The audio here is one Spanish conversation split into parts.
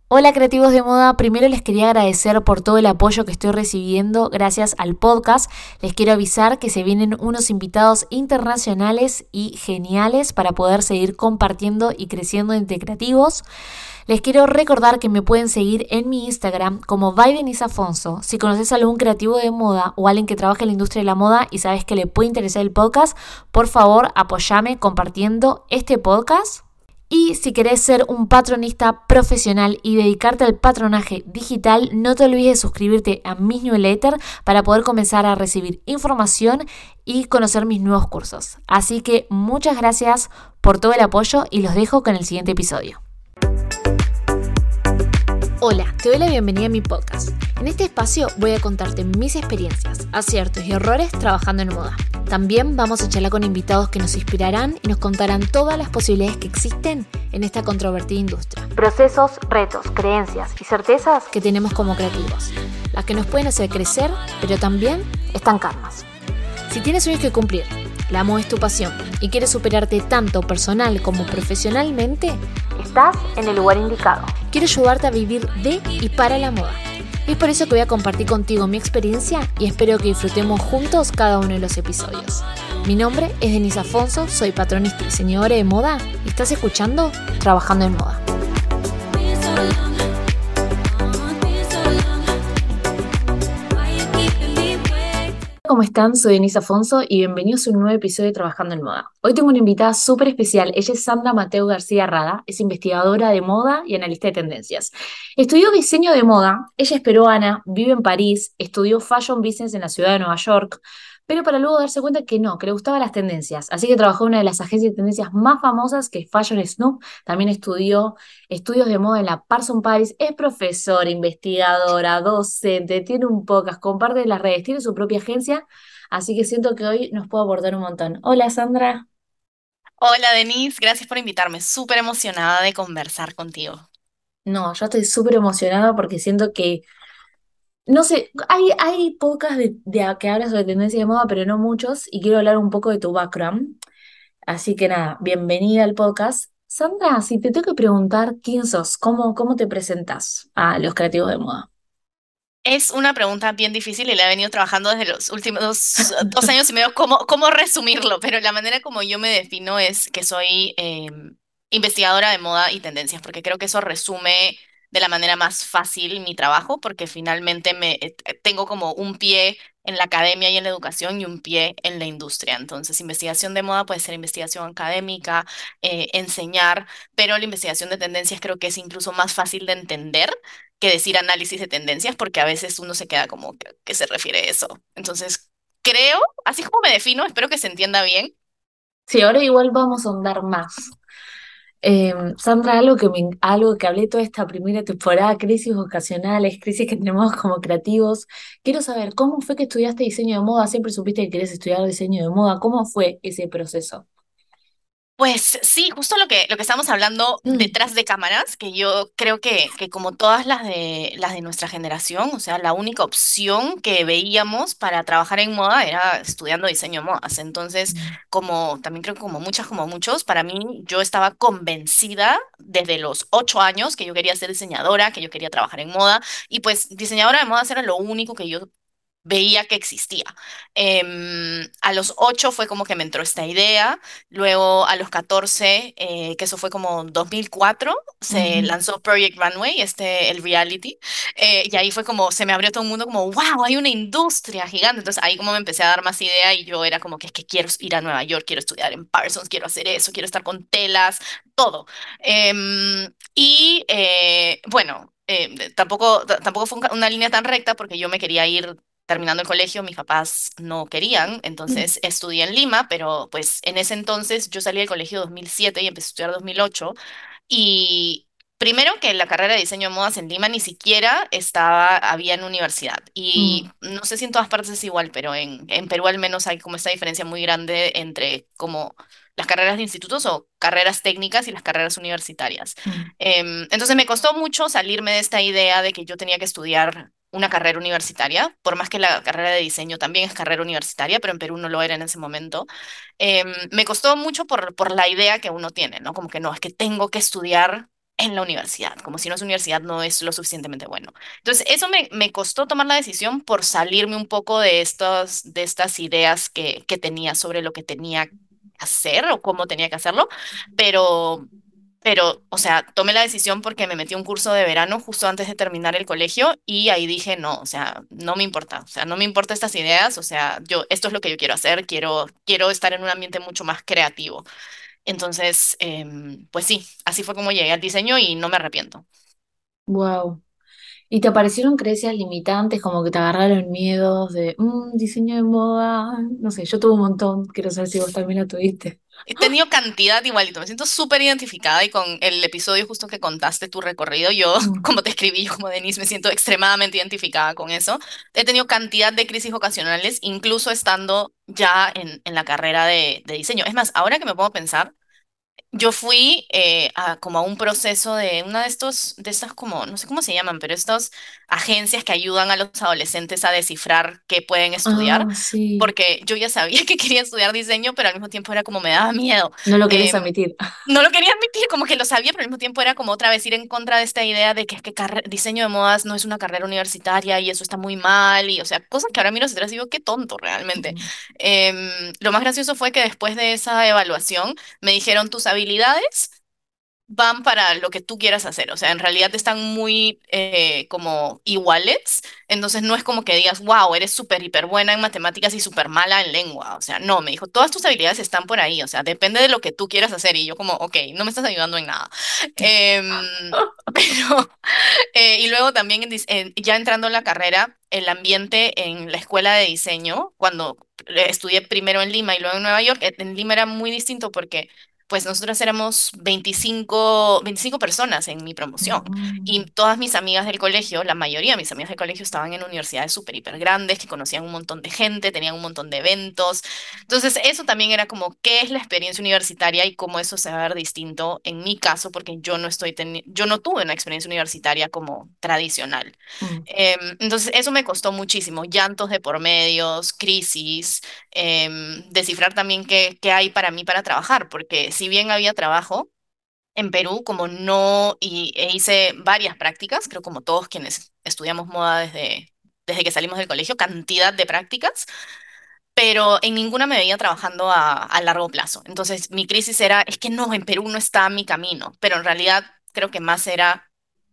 Hola creativos de moda, primero les quería agradecer por todo el apoyo que estoy recibiendo gracias al podcast. Les quiero avisar que se vienen unos invitados internacionales y geniales para poder seguir compartiendo y creciendo entre creativos. Les quiero recordar que me pueden seguir en mi Instagram como Afonso. Si conoces a algún creativo de moda o alguien que trabaja en la industria de la moda y sabes que le puede interesar el podcast, por favor apoyame compartiendo este podcast. Y si querés ser un patronista profesional y dedicarte al patronaje digital, no te olvides de suscribirte a mis newsletter para poder comenzar a recibir información y conocer mis nuevos cursos. Así que muchas gracias por todo el apoyo y los dejo con el siguiente episodio. Hola, te doy la bienvenida a mi podcast. En este espacio voy a contarte mis experiencias, aciertos y errores trabajando en moda. También vamos a charlar con invitados que nos inspirarán y nos contarán todas las posibilidades que existen en esta controvertida industria. Procesos, retos, creencias y certezas que tenemos como creativos. Las que nos pueden hacer crecer, pero también estancarnos. Si tienes sueños que cumplir, la moda es tu pasión y quieres superarte tanto personal como profesionalmente, estás en el lugar indicado. Quiero ayudarte a vivir de y para la moda. Y es por eso que voy a compartir contigo mi experiencia y espero que disfrutemos juntos cada uno de los episodios. Mi nombre es Denise Afonso, soy patronista y diseñadora de moda y estás escuchando Trabajando en Moda. ¿Cómo están? Soy Denise Afonso y bienvenidos a un nuevo episodio de Trabajando en Moda. Hoy tengo una invitada súper especial. Ella es Sandra Mateo García Rada, es investigadora de moda y analista de tendencias. Estudió diseño de moda, ella es peruana, vive en París, estudió Fashion Business en la ciudad de Nueva York, pero para luego darse cuenta que le gustaban las tendencias. Así que trabajó en una de las agencias de tendencias más famosas, que es Fashion Snoop. También estudió estudios de moda en la Parsons Paris, es profesora, investigadora, docente, tiene un podcast, comparte las redes, tiene su propia agencia, así que siento que hoy nos puede abordar un montón. Hola Sandra. Hola Denise, gracias por invitarme. Súper emocionada de conversar contigo. No, yo estoy súper emocionada porque siento que, no sé, hay podcasts que hablan sobre tendencia de moda, pero no muchos, y quiero hablar un poco de tu background. Así que nada, bienvenida al podcast. Sandra, si te tengo que preguntar quién sos, cómo te presentas a los creativos de moda. Es una pregunta bien difícil y la he venido trabajando desde los últimos dos años y medio cómo resumirlo, pero la manera como yo me defino es que soy investigadora de moda y tendencias, porque creo que eso resume de la manera más fácil mi trabajo, porque finalmente tengo como un pie en la academia y en la educación y un pie en la industria. Entonces, investigación de moda puede ser investigación académica, enseñar, pero la investigación de tendencias creo que es incluso más fácil de entender que decir análisis de tendencias, porque a veces uno se queda como, ¿qué se refiere eso? Entonces, creo, así es como me defino, espero que se entienda bien. Sí, ahora igual vamos a ahondar más. Sandra, algo que hablé toda esta primera temporada, crisis vocacionales, crisis que tenemos como creativos. Quiero saber, ¿cómo fue que estudiaste diseño de moda? ¿Siempre supiste que querías estudiar diseño de moda? ¿Cómo fue ese proceso? Pues sí, justo lo que estamos hablando Mm, detrás de cámaras, que yo creo que como todas las de nuestra generación, o sea, la única opción que veíamos para trabajar en moda era estudiando diseño de modas. Entonces, mm, como también creo que como muchas, como muchos, para mí yo estaba convencida desde los 8 años que yo quería ser diseñadora, que yo quería trabajar en moda, y pues diseñadora de modas era lo único que yo veía que existía. A los 8 fue como que me entró esta idea, luego a los 14, que eso fue como 2004, se ujú. lanzó Project Runway, el reality, y ahí fue como, se me abrió todo el mundo como, wow, hay una industria gigante, entonces ahí como me empecé a dar más idea y yo era como que es que quiero ir a Nueva York, quiero estudiar en Parsons, quiero hacer eso, quiero estar con telas, todo. Bueno. Tampoco fue una línea tan recta porque yo me quería ir terminando el colegio, mis papás no querían, Mm, entonces estudié en Lima, pero pues en ese entonces yo salí del colegio 2007 y empecé a estudiar 2008 y primero que la carrera de diseño de modas en Lima ni siquiera había en universidad y mm, no sé si en todas partes es igual, pero en Perú al menos hay como esta diferencia muy grande entre como las carreras de institutos o carreras técnicas y las carreras universitarias. mm, Entonces me costó mucho salirme de esta idea de que yo tenía que estudiar una carrera universitaria, por más que la carrera de diseño también es carrera universitaria, pero en Perú no lo era en ese momento. Me costó mucho por la idea que uno tiene, ¿no? Como que no, es que tengo que estudiar. en la universidad, como si no es universidad no es lo suficientemente bueno. Entonces, eso me costó tomar la decisión por salirme un poco de estas ideas que tenía sobre lo que tenía que hacer o cómo tenía que hacerlo, pero, o sea, tomé la decisión porque me metí a un curso de verano justo antes de terminar el colegio y ahí dije, no, o sea, no me importa, o sea, no me importa estas ideas, o sea, esto es lo que yo quiero hacer, quiero estar en un ambiente mucho más creativo. Entonces, pues sí, así fue como llegué al diseño y no me arrepiento. Wow. ¿Y te aparecieron creencias limitantes, como que te agarraron miedos de diseño de moda? No sé, yo tuve un montón, quiero saber si vos también la tuviste. He tenido cantidad igualito, me siento súper identificada y con el episodio justo que contaste tu recorrido, yo, Mm, como te escribí, yo como Denise, me siento extremadamente identificada con eso. He tenido cantidad de crisis ocasionales, incluso estando ya en la carrera de diseño. Es más, ahora que me pongo a pensar, yo fui como a un proceso de una de estas como, no sé cómo se llaman, pero estas agencias que ayudan a los adolescentes a descifrar qué pueden estudiar, ah, sí, porque yo ya sabía que quería estudiar diseño, pero al mismo tiempo era como me daba miedo. no lo querés Em, admitir. no lo quería admitir, como que lo sabía, pero al mismo tiempo era como otra vez ir en contra de esta idea de que es que diseño de modas no es una carrera universitaria y eso está muy mal, y o sea, cosas que ahora miro hacia atrás y digo, qué tonto realmente. Mm, Lo más gracioso fue que después de esa evaluación me dijeron tus habilidades van para lo que tú quieras hacer. O sea, en realidad están muy como iguales. Entonces no es como que digas, wow, eres súper hiper buena en matemáticas y súper mala en lengua. O sea, no, me dijo, todas tus habilidades están por ahí. O sea, depende de lo que tú quieras hacer. Y yo como, ok, no me estás ayudando en nada. Pero, y luego también ya entrando en la carrera, el ambiente en la escuela de diseño, cuando estudié primero en Lima y luego en Nueva York, en Lima era muy distinto porque pues nosotros éramos 25 personas en mi promoción y mm, todas mis amigas del colegio, la mayoría de mis amigas del colegio estaban en universidades súper, hiper grandes, que conocían un montón de gente, tenían un montón de eventos. Entonces eso también era como, ¿qué es la experiencia universitaria y cómo eso se va a ver distinto en mi caso? Porque yo no tuve una experiencia universitaria como tradicional. mm, Entonces eso me costó muchísimo, llantos de por medios, crisis, descifrar también qué hay para mí para trabajar, porque si bien había trabajo en Perú, como no, hice varias prácticas, creo como todos quienes estudiamos moda desde que salimos del colegio, cantidad de prácticas, pero en ninguna me veía trabajando a largo plazo. Entonces mi crisis era, es que no, en Perú no está mi camino, pero en realidad creo que más era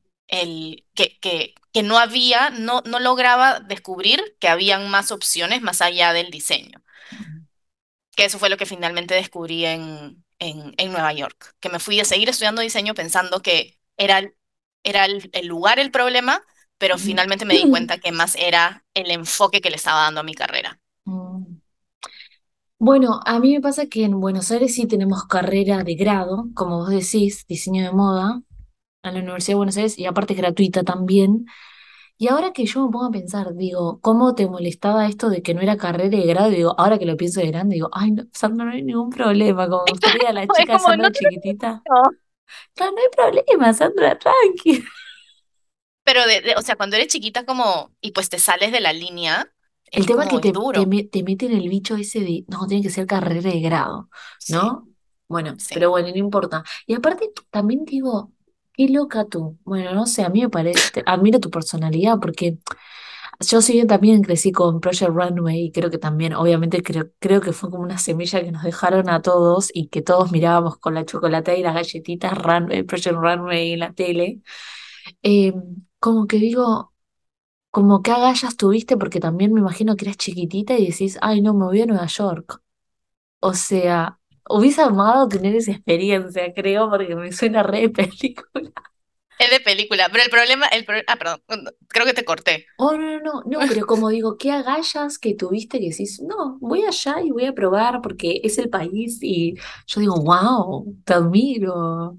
que no había, no lograba descubrir que habían más opciones más allá del diseño, mm, que eso fue lo que finalmente descubrí en Nueva York, que me fui a seguir estudiando diseño pensando que era el lugar el problema, pero mm, finalmente me di cuenta que más era el enfoque que le estaba dando a mi carrera. mm. Bueno, a mí me pasa que en Buenos Aires sí tenemos carrera de grado, como vos decís, diseño de moda, en la Universidad de Buenos Aires, y aparte es gratuita también. Y ahora que yo me pongo a pensar, digo, ¿cómo te molestaba esto de que no era carrera de grado? Digo, ahora que lo pienso de grande, digo, ay, no, Sandra, no hay ningún problema, como me gustaría la Es chica como, no Sandra tiene chiquitita. sentido. Claro, no hay problema, Sandra, tranqui. Pero, o sea, cuando eres chiquita como, y pues te sales de la línea, El es tema es que como, es duro. te meten el bicho ese de, no, tiene que ser carrera de grado, Sí, ¿no? Bueno, pero sí. bueno, no importa. Y aparte también digo, qué loca tú. Bueno, no sé, a mí me parece, admiro tu personalidad porque yo si bien también crecí con Project Runway y creo que también, obviamente creo que fue como una semilla que nos dejaron a todos y que todos mirábamos con la chocolatada y las galletitas Project Runway en la tele. eh, como que digo, como que agallas tuviste porque también me imagino que eras chiquitita y decís, ay no, me voy a Nueva York. O sea, hubiese amado tener esa experiencia, creo, porque me suena re de película. Es de película, pero perdón, creo que te corté. Oh, no, no, no, no, pero como digo, qué agallas que tuviste que decís, no, voy allá y voy a probar porque es el país y yo digo, wow, te admiro.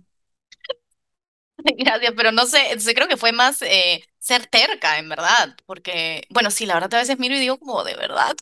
Gracias, pero no sé, creo que fue más ser terca, en verdad, porque, bueno, sí, la verdad a veces miro y digo como, de verdad,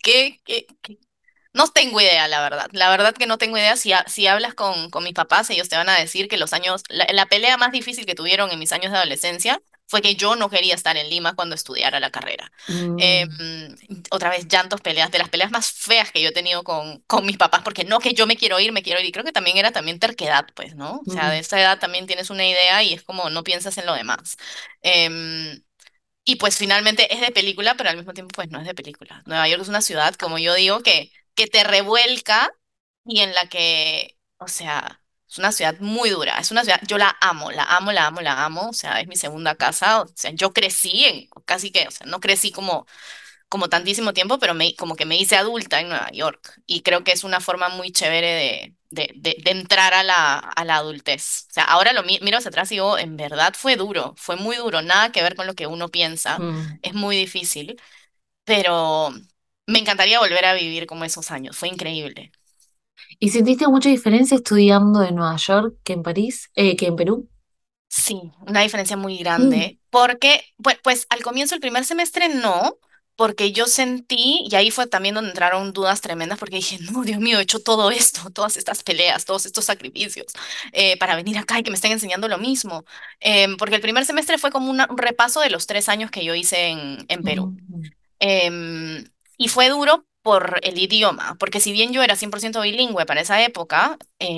no tengo idea, la verdad que no tengo idea, si hablas con mis papás, ellos te van a decir que la pelea más difícil que tuvieron en mis años de adolescencia fue que yo no quería estar en Lima cuando estudiara la carrera. Em, Mm, otra vez llantos, peleas, de las peleas más feas que yo he tenido con mis papás, porque no que yo me quiero ir, y creo que también era también terquedad, pues, ¿no? O sea, de mm. esa edad también tienes una idea y es como no piensas en lo demás. Em, y pues finalmente es de película, pero al mismo tiempo pues no es de película. Nueva York es una ciudad, como yo digo, que te revuelca y en la que, o sea, es una ciudad muy dura. Es una ciudad, yo la amo, la amo, la amo, la amo. O sea, es mi segunda casa. O sea, yo crecí en casi que, o sea, no crecí como tantísimo tiempo, pero como que me hice adulta en Nueva York. Y creo que es una forma muy chévere de entrar a la adultez. O sea, ahora miro hacia atrás y digo, en verdad fue duro, fue muy duro, nada que ver con lo que uno piensa, Mm. es muy difícil, pero me encantaría volver a vivir como esos años, fue increíble. ¿Y sentiste mucha diferencia estudiando en Nueva York que en París, que en Perú? Sí, una diferencia muy Mm, grande, porque, pues, al comienzo del primer semestre no, porque yo sentí, y ahí fue también donde entraron dudas tremendas, porque dije, no, Dios mío, he hecho todo esto, todas estas peleas, todos estos sacrificios, para venir acá y que me estén enseñando lo mismo. Porque el primer semestre fue como un repaso de los 3 años que yo hice en Perú. mm. Em, y fue duro por el idioma, porque si bien yo era 100% bilingüe para esa época,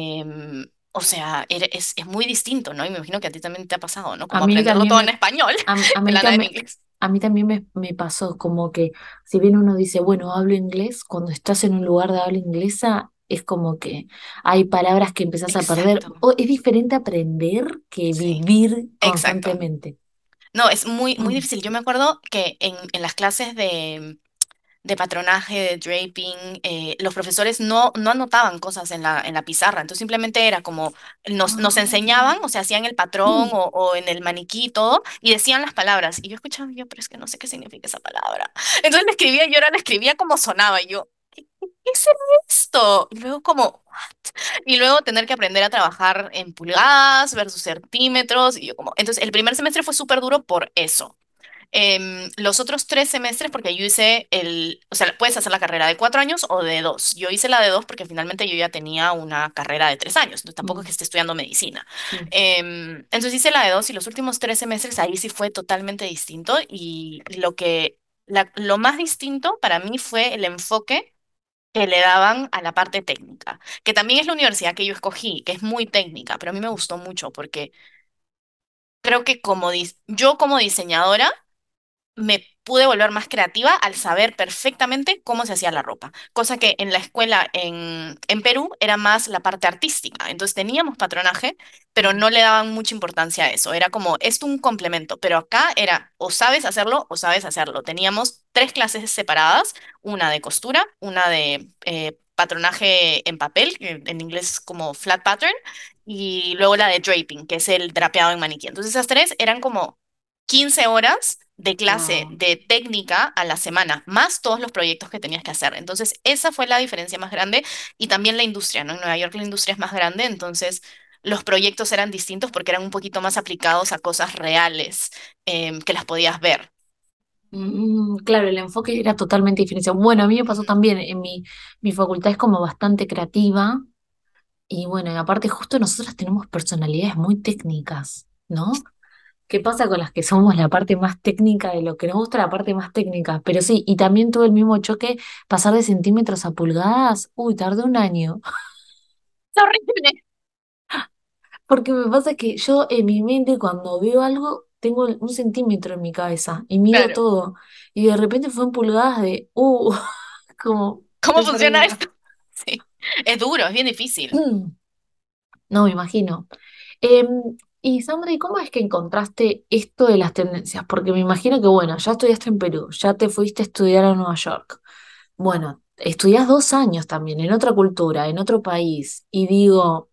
o sea, es muy distinto, ¿no? Y me imagino que a ti también te ha pasado, ¿no? A Como mí aprenderlo también todo en español, a de mí la nada en también, inglés. a mí también me pasó como que si bien uno dice, bueno, hablo inglés, cuando estás en un lugar de habla inglesa, es como que hay palabras que empezás a perder. Exacto, O es diferente aprender que sí, vivir exacto. constantemente. No, es muy, muy Mm, difícil. Yo me acuerdo que en las clases de patronaje, de draping, los profesores no anotaban cosas en la pizarra, entonces simplemente era como nos ah, enseñaban, o sea, hacían el patrón o en el maniquí y todo, y decían las palabras, y yo escuchaba, yo, pero es que no sé qué significa esa palabra. Entonces le escribía, yo ahora le escribía como sonaba, y yo, ¿qué es esto? Y luego como, y luego tener que aprender a trabajar en pulgadas versus centímetros, y yo como, entonces el primer semestre fue súper duro por eso. Los otros 3 semestres, porque yo hice o sea, puedes hacer la carrera de 4 años o de dos. Yo hice la de dos porque finalmente yo ya tenía una carrera de 3 años, entonces tampoco es que mm, esté estudiando medicina. mm, Entonces hice la de dos y los últimos 3 semestres ahí sí fue totalmente distinto y lo más distinto para mí fue el enfoque que le daban a la parte técnica, que también es la universidad que yo escogí, que es muy técnica, pero a mí me gustó mucho porque creo que yo como diseñadora me pude volver más creativa al saber perfectamente cómo se hacía la ropa, cosa que en la escuela en Perú era más la parte artística. Entonces teníamos patronaje, pero mm, no le daban mucha importancia a eso. Era como, esto un complemento, pero acá era o sabes hacerlo o sabes hacerlo. Teníamos 3 clases separadas, una de costura, una de patronaje en papel, que en inglés es como flat pattern, y luego la de draping, que es el drapeado en maniquí. Entonces esas tres eran como 15 horas de clase wow. de técnica a la semana, más todos los proyectos que tenías que hacer. Entonces, esa fue la diferencia más grande y también la industria, ¿no? En Nueva York la industria es más grande, entonces los proyectos eran distintos porque eran un poquito más aplicados a cosas reales que las podías ver. Claro, el enfoque era totalmente diferente. Bueno, a mí me pasó Ujú. también, mi facultad es como bastante creativa y bueno, y aparte justo nosotros tenemos personalidades muy técnicas, ¿no? ¿Qué pasa con las que somos la parte más técnica de lo que nos gusta la parte más técnica? Pero sí, y también tuve el mismo choque, pasar de centímetros a pulgadas, uy, tardé un año, Es horrible. porque me pasa que yo en mi mente cuando veo algo tengo un centímetro en mi cabeza y mido Claro. todo y de repente fue en pulgadas de, como ¿Cómo re funciona perdida. esto? Sí, es duro, es bien difícil. No, me imagino. Em, y Sandra, ¿y cómo es que encontraste esto de las tendencias? Porque me imagino que, bueno, ya estudiaste en Perú, ya te fuiste a estudiar a Nueva York. Bueno, estudias 2 años también en otra cultura, en otro país. Y digo,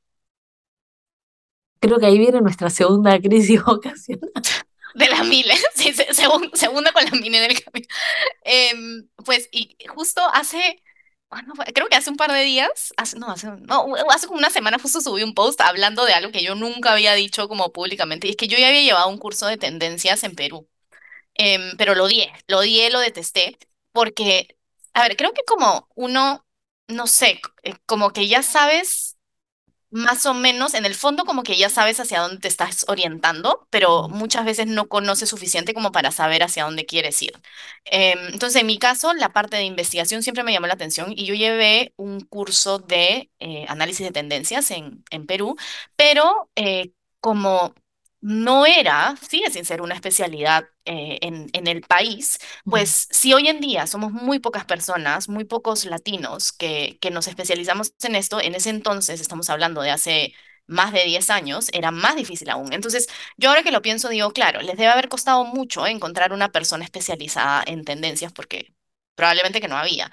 creo que ahí viene nuestra segunda crisis vocacional. De las miles, sí, segunda con las miles del camino. Pues, y justo ¿cuándo fue? Creo que hace un par de días, hace como una semana justo subí un post hablando de algo que yo nunca había dicho como públicamente, y es que yo ya había llevado un curso de tendencias en Perú. Pero lo detesté, porque, a ver, creo que como uno, no sé, como que ya sabes. más o menos, en el fondo como que ya sabes hacia dónde te estás orientando, pero Mm, muchas veces no conoces suficiente como para saber hacia dónde quieres ir. Entonces, en mi caso, la parte de investigación siempre me llamó la atención y yo llevé un curso de análisis de tendencias en Perú, pero como no era, sigue sin ser una especialidad en el país, mm, pues si hoy en día somos muy pocas personas, muy pocos latinos que nos especializamos en esto, en ese entonces, estamos hablando de hace más de 10 años, era más difícil aún. Entonces, yo ahora que lo pienso, digo, claro, les debe haber costado mucho encontrar una persona especializada en tendencias porque probablemente que no había.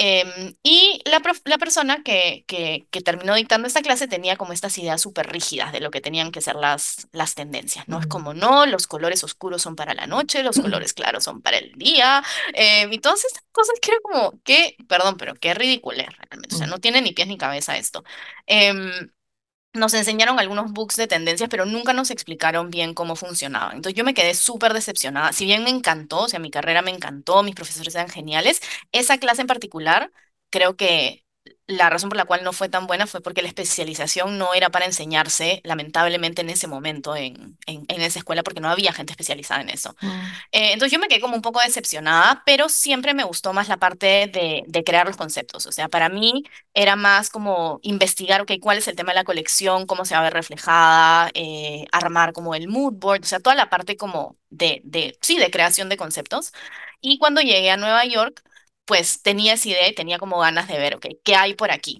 Y la persona que terminó dictando esta clase tenía como estas ideas súper rígidas de lo que tenían que ser las tendencias, ¿no? Es como, mm. no, los colores oscuros son para la noche, los colores claros son para el día, y todas estas cosas que era como, que, perdón, pero qué ridículo realmente, o sea, Mm, no tiene ni pies ni cabeza esto. Em, Nos enseñaron algunos books de tendencias, pero nunca nos explicaron bien cómo funcionaban. Entonces yo me quedé súper decepcionada. Si bien me encantó, o sea, mi carrera me encantó, mis profesores eran geniales, esa clase en particular, creo que la razón por la cual no fue tan buena fue porque la especialización no era para enseñarse, lamentablemente, en ese momento en esa escuela, porque no había gente especializada en eso. mm, Entonces yo me quedé como un poco decepcionada, pero siempre me gustó más la parte de crear los conceptos. O sea, para mí era más como investigar, ok, cuál es el tema de la colección, cómo se va a ver reflejada, armar como el mood board, o sea, toda la parte como sí, de creación de conceptos. Y cuando llegué a Nueva York, pues tenía esa idea y tenía como ganas de ver, ok, ¿qué hay por aquí?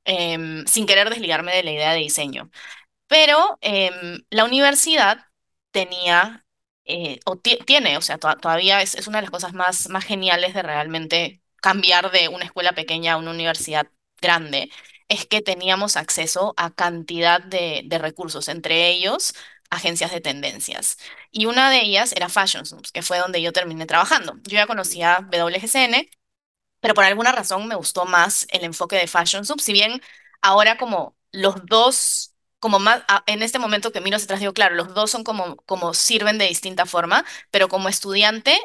Sin querer desligarme de la idea de diseño. Pero la universidad tenía, tiene, o sea, todavía es una de las cosas más geniales de realmente cambiar de una escuela pequeña a una universidad grande, es que teníamos acceso a cantidad de recursos, entre ellos agencias de tendencias. Y una de ellas era Fashion Soups, que fue donde yo terminé trabajando. Yo ya conocía WGCN, pero por alguna razón me gustó más el enfoque de Fashion Soup, si bien ahora como los dos, como más, en este momento que miro hacia atrás digo, claro, los dos son como sirven de distinta forma, pero como estudiante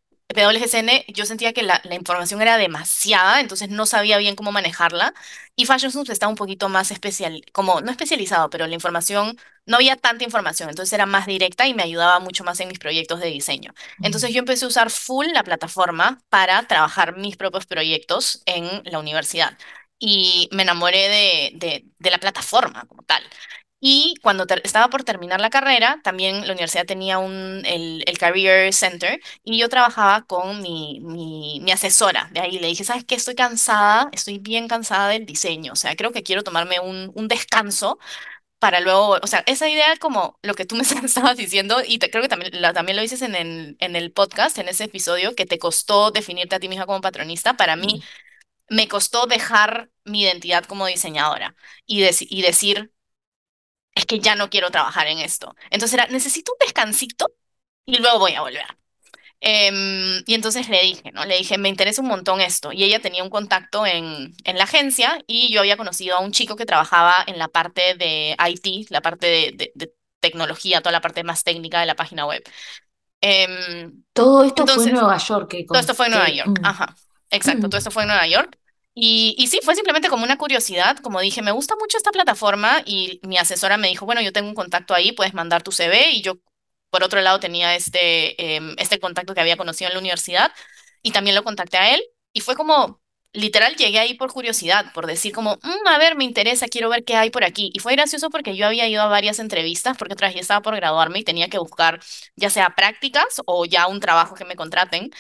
PWGCN, yo sentía que la información era demasiada, entonces no sabía bien cómo manejarla. Y Fashion Soup está un poquito más especial, como no especializado, pero la información, no había tanta información, entonces era más directa y me ayudaba mucho más en mis proyectos de diseño. Entonces mm. yo empecé a usar full la plataforma para trabajar mis propios proyectos en la universidad. Y me enamoré de la plataforma como tal. Y cuando estaba por terminar la carrera, también la universidad tenía el Career Center y yo trabajaba con mi asesora de ahí. Le dije, ¿sabes qué? Estoy cansada, estoy bien cansada del diseño. O sea, creo que quiero tomarme un descanso para luego, o sea, esa idea como lo que tú me estabas diciendo, y creo que también, también lo dices en el podcast, en ese episodio, que te costó definirte a ti misma como patronista. Para mí, me costó dejar mi identidad como diseñadora y decir, es que ya no quiero trabajar en esto. Entonces era, necesito un descansito y luego voy a volver. Y entonces le dije, ¿no? Le dije, me interesa un montón esto. Y ella tenía un contacto en la agencia y yo había conocido a un chico que trabajaba en la parte de IT, la parte de tecnología, toda la parte más técnica de la página web. Todo esto fue en Entonces, Nueva York, todo esto fue en Nueva York, ajá, exacto, todo esto fue en Nueva York. Y sí, fue simplemente como una curiosidad, como dije, me gusta mucho esta plataforma y mi asesora me dijo, bueno, yo tengo un contacto ahí, puedes mandar tu CV y yo, por otro lado, tenía este contacto que había conocido en la universidad y también lo contacté a él y fue como, literal, llegué ahí por curiosidad, por decir como, a ver, me interesa, quiero ver qué hay por aquí". Y fue gracioso porque yo había ido a varias entrevistas, porque otra vez ya estaba por graduarme y tenía que buscar ya sea prácticas o ya un trabajo que me contraten.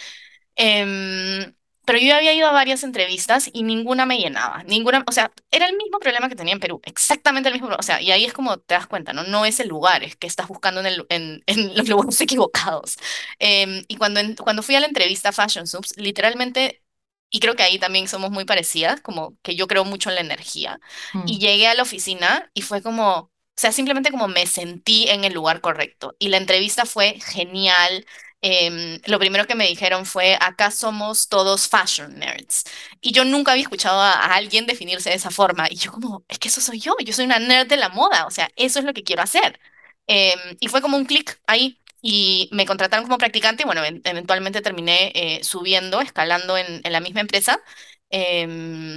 Em, pero yo ya había ido a varias entrevistas y ninguna me llenaba, ninguna, o sea, era el mismo problema que tenía en Perú, exactamente el mismo, o sea, y ahí es como te das cuenta, ¿no? No es el lugar, es que estás buscando en los lugares equivocados. Y cuando fui a la entrevista a Fashion Soups, literalmente, y creo que ahí también somos muy parecidas, como que yo creo mucho en la energía, y Mm, llegué a la oficina y fue como... O sea, simplemente como me sentí en el lugar correcto. Y la entrevista fue genial. Lo primero que me dijeron fue, acá somos todos fashion nerds. Y yo nunca había escuchado a alguien definirse de esa forma. Y yo como, es que eso soy yo soy una nerd de la moda, o sea, eso es lo que quiero hacer. Y fue como un clic ahí. Y me contrataron como practicante y bueno, eventualmente terminé subiendo, escalando en la misma empresa. Em,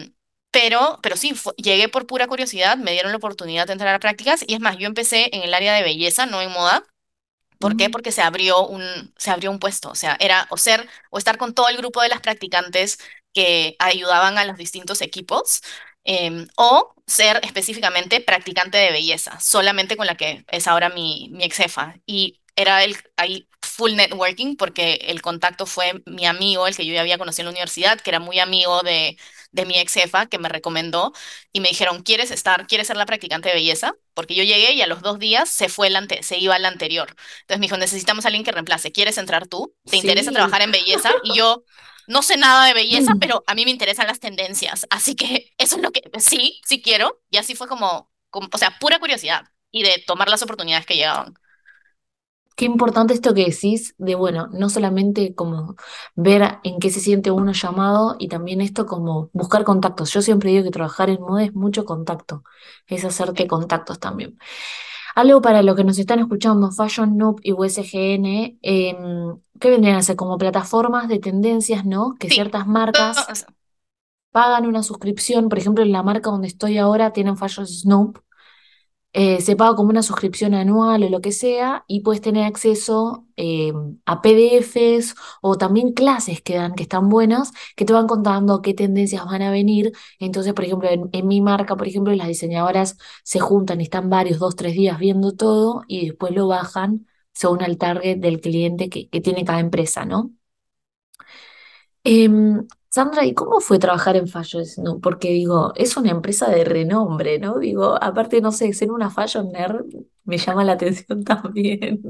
pero sí, llegué por pura curiosidad, me dieron la oportunidad de entrar a prácticas y es más, yo empecé en el área de belleza, no en moda. ¿Por qué? Mm. Porque se abrió un puesto, o sea, era o estar con todo el grupo de las practicantes que ayudaban a los distintos equipos, o ser específicamente practicante de belleza, solamente con la que es ahora mi ex jefa. Y era ahí full networking porque el contacto fue mi amigo, el que yo ya había conocido en la universidad, que era muy amigo de mi ex jefa, que me recomendó y me dijeron, quieres ser la practicante de belleza? Porque yo llegué y a los 2 días se iba al anterior. Entonces me dijo, necesitamos a alguien que reemplace. ¿Quieres entrar tú? ¿Te interesa Sí. trabajar en belleza? Y yo no sé nada de belleza, pero a mí me interesan las tendencias. Así que eso es lo que sí, sí quiero. Y así fue o sea, pura curiosidad y de tomar las oportunidades que llegaban. Qué importante esto que decís de, bueno, no solamente como ver en qué se siente uno llamado y también esto como buscar contactos. Yo siempre digo que trabajar en moda es mucho contacto, es hacerte Sí, contactos también. Algo para los que nos están escuchando, Fashion Noob y USGN, ¿qué vendrían a ser? Como plataformas de tendencias, ¿no? Que sí. ciertas marcas O pagan una suscripción, por ejemplo, en la marca donde estoy ahora tienen Fashion Snoop, se paga como una suscripción anual o lo que sea y puedes tener acceso a PDFs o también clases que dan que están buenas, que te van contando qué tendencias van a venir. Entonces, por ejemplo, en mi marca, por ejemplo, las diseñadoras se juntan y están varios, 2, 3 días viendo todo y después lo bajan según el target del cliente que tiene cada empresa, ¿no? Sandra, ¿y cómo fue trabajar en Fashion Snoop? Porque digo, es una empresa de renombre, ¿no? Digo, aparte, no sé, ser una fashion nerd me llama la atención también.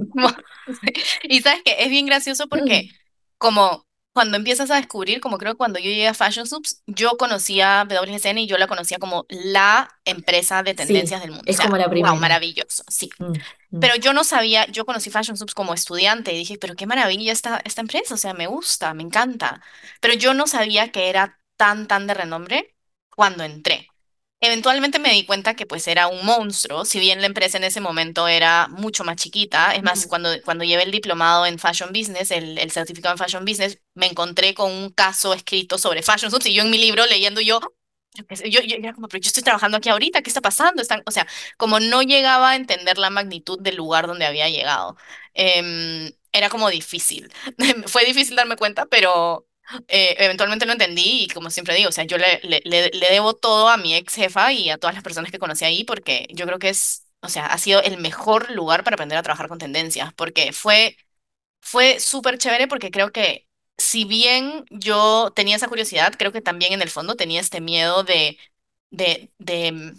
Y sabes que es bien gracioso porque como cuando empiezas a descubrir, como creo que cuando yo llegué a Fashion Soups, yo conocía WGCN y yo la conocía como la empresa de Sí, tendencias del mundo. O es sea, como la wow, primera. maravilloso, sí. Mm, mm, Pero yo no sabía, yo conocí Fashion Soups como estudiante y dije, pero qué maravilla esta empresa, o sea, me gusta, me encanta. Pero yo no sabía que era tan, tan de renombre cuando entré. Eventualmente me di cuenta que pues era un monstruo, si bien la empresa en ese momento era mucho más chiquita. Es más, mm. cuando llevé el diplomado en Fashion Business, el certificado en Fashion Business, me encontré con un caso escrito sobre Fashion Soups y yo en mi libro leyendo yo era como, pero yo estoy trabajando aquí ahorita, ¿qué está pasando? O sea, como no llegaba a entender la magnitud del lugar donde había llegado. Era como difícil. Fue difícil darme cuenta, pero eventualmente lo entendí y como siempre digo, o sea, yo le debo todo a mi ex jefa y a todas las personas que conocí ahí porque yo creo que o sea, ha sido el mejor lugar para aprender a trabajar con tendencias, porque fue súper chévere porque creo que si bien yo tenía esa curiosidad, creo que también en el fondo tenía este miedo de, de,